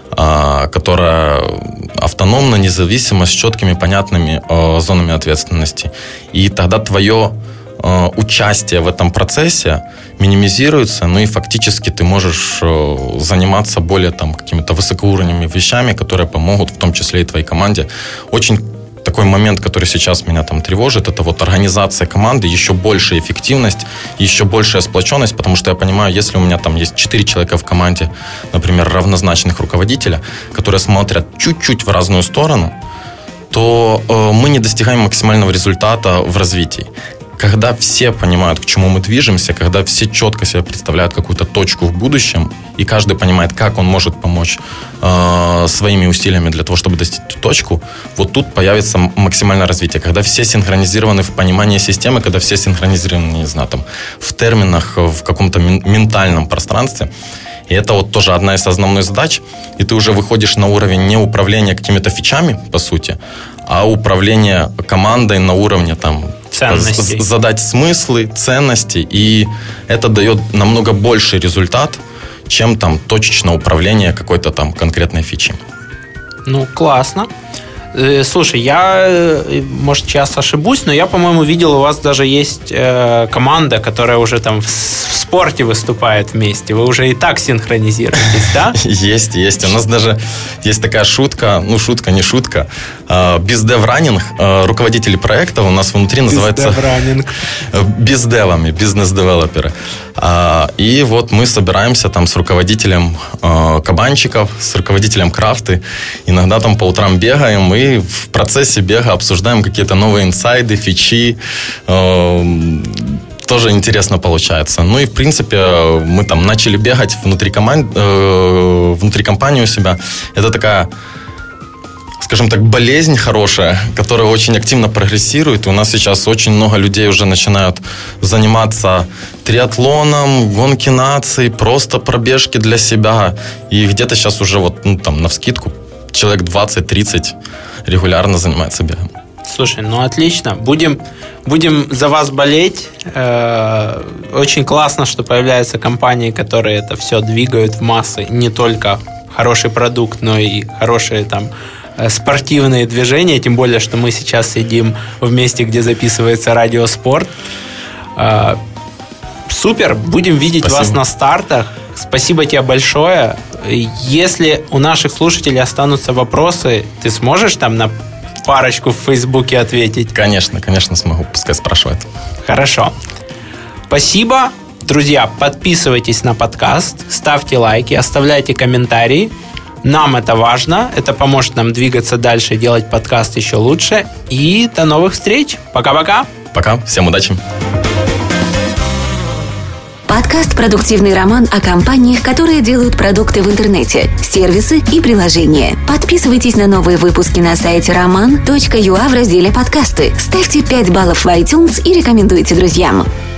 которая автономна, независима, с четкими, понятными зонами ответственности. И тогда твое участие в этом процессе минимизируется, ну и фактически ты можешь заниматься более там какими-то высокоуровневыми вещами, которые помогут, в том числе и твоей команде. Очень такой момент, который сейчас меня там тревожит, это вот организация команды, еще большая эффективность, еще большая сплоченность, потому что я понимаю, если у меня там есть четыре человека в команде, например, равнозначных руководителя, которые смотрят чуть-чуть в разную сторону, то э, мы не достигаем максимального результата в развитии. Когда все понимают, к чему мы движемся, когда все четко себе представляют какую-то точку в будущем, и каждый понимает, как он может помочь э, своими усилиями для того, чтобы достичь эту точку, вот тут появится максимальное развитие. Когда все синхронизированы в понимании системы, когда все синхронизированы, не знаю, там, в терминах, в каком-то ментальном пространстве. И это вот тоже одна из основных задач. И ты уже выходишь на уровень не управления какими-то фичами, по сути, а управления командой на уровне там, ценностей. Задать смыслы, ценности, и это дает намного больший результат, чем там точечное управление какой-то там конкретной фичей. Ну, классно. Слушай, я, может, сейчас ошибусь, но я, по-моему, видел, у вас даже есть э, команда, которая уже там в, в спорте выступает вместе. Вы уже и так синхронизируетесь, да? Есть, есть. У нас даже есть такая шутка, ну, шутка, не шутка. Бездев-раннинг, руководители проектов у нас внутри называется... Бездев-раннинг. Бездевами, бизнес-девелоперы. И вот мы собираемся там с руководителем кабанчиков, с руководителем крафты. Иногда там по утрам бегаем и в процессе бега обсуждаем какие-то новые инсайды, фичи. Тоже интересно получается. Ну и, в принципе, мы там начали бегать внутри, команд... внутри компании у себя. Это такая... скажем так, болезнь хорошая, которая очень активно прогрессирует. И у нас сейчас очень много людей уже начинают заниматься триатлоном, гонки наций, просто пробежки для себя. И где-то сейчас уже вот, ну, там, навскидку человек двадцать-тридцать регулярно занимается бегом. Слушай, ну отлично. Будем, будем за вас болеть. Э-э- очень классно, что появляются компании, которые это все двигают в массы. Не только хороший продукт, но и хорошие там спортивные движения. Тем более, что мы сейчас сидим в месте, где записывается радиоспорт. Э-э- супер. Будем видеть Спасибо. Вас на стартах. Спасибо тебе большое. Если у наших слушателей останутся вопросы, ты сможешь там на парочку в Фейсбуке ответить? Конечно, конечно смогу, пускай спрашивают. Хорошо. Спасибо. Друзья, подписывайтесь на подкаст, ставьте лайки, оставляйте комментарии. Нам это важно, это поможет нам двигаться дальше и делать подкаст еще лучше. И до новых встреч. Пока-пока. Пока, всем удачи. Подкаст «Продуктивный роман» о компаниях, которые делают продукты в интернете, сервисы и приложения. Подписывайтесь на новые выпуски на сайте роман точка ю а в разделе «Подкасты». Ставьте пять баллов в iTunes и рекомендуйте друзьям.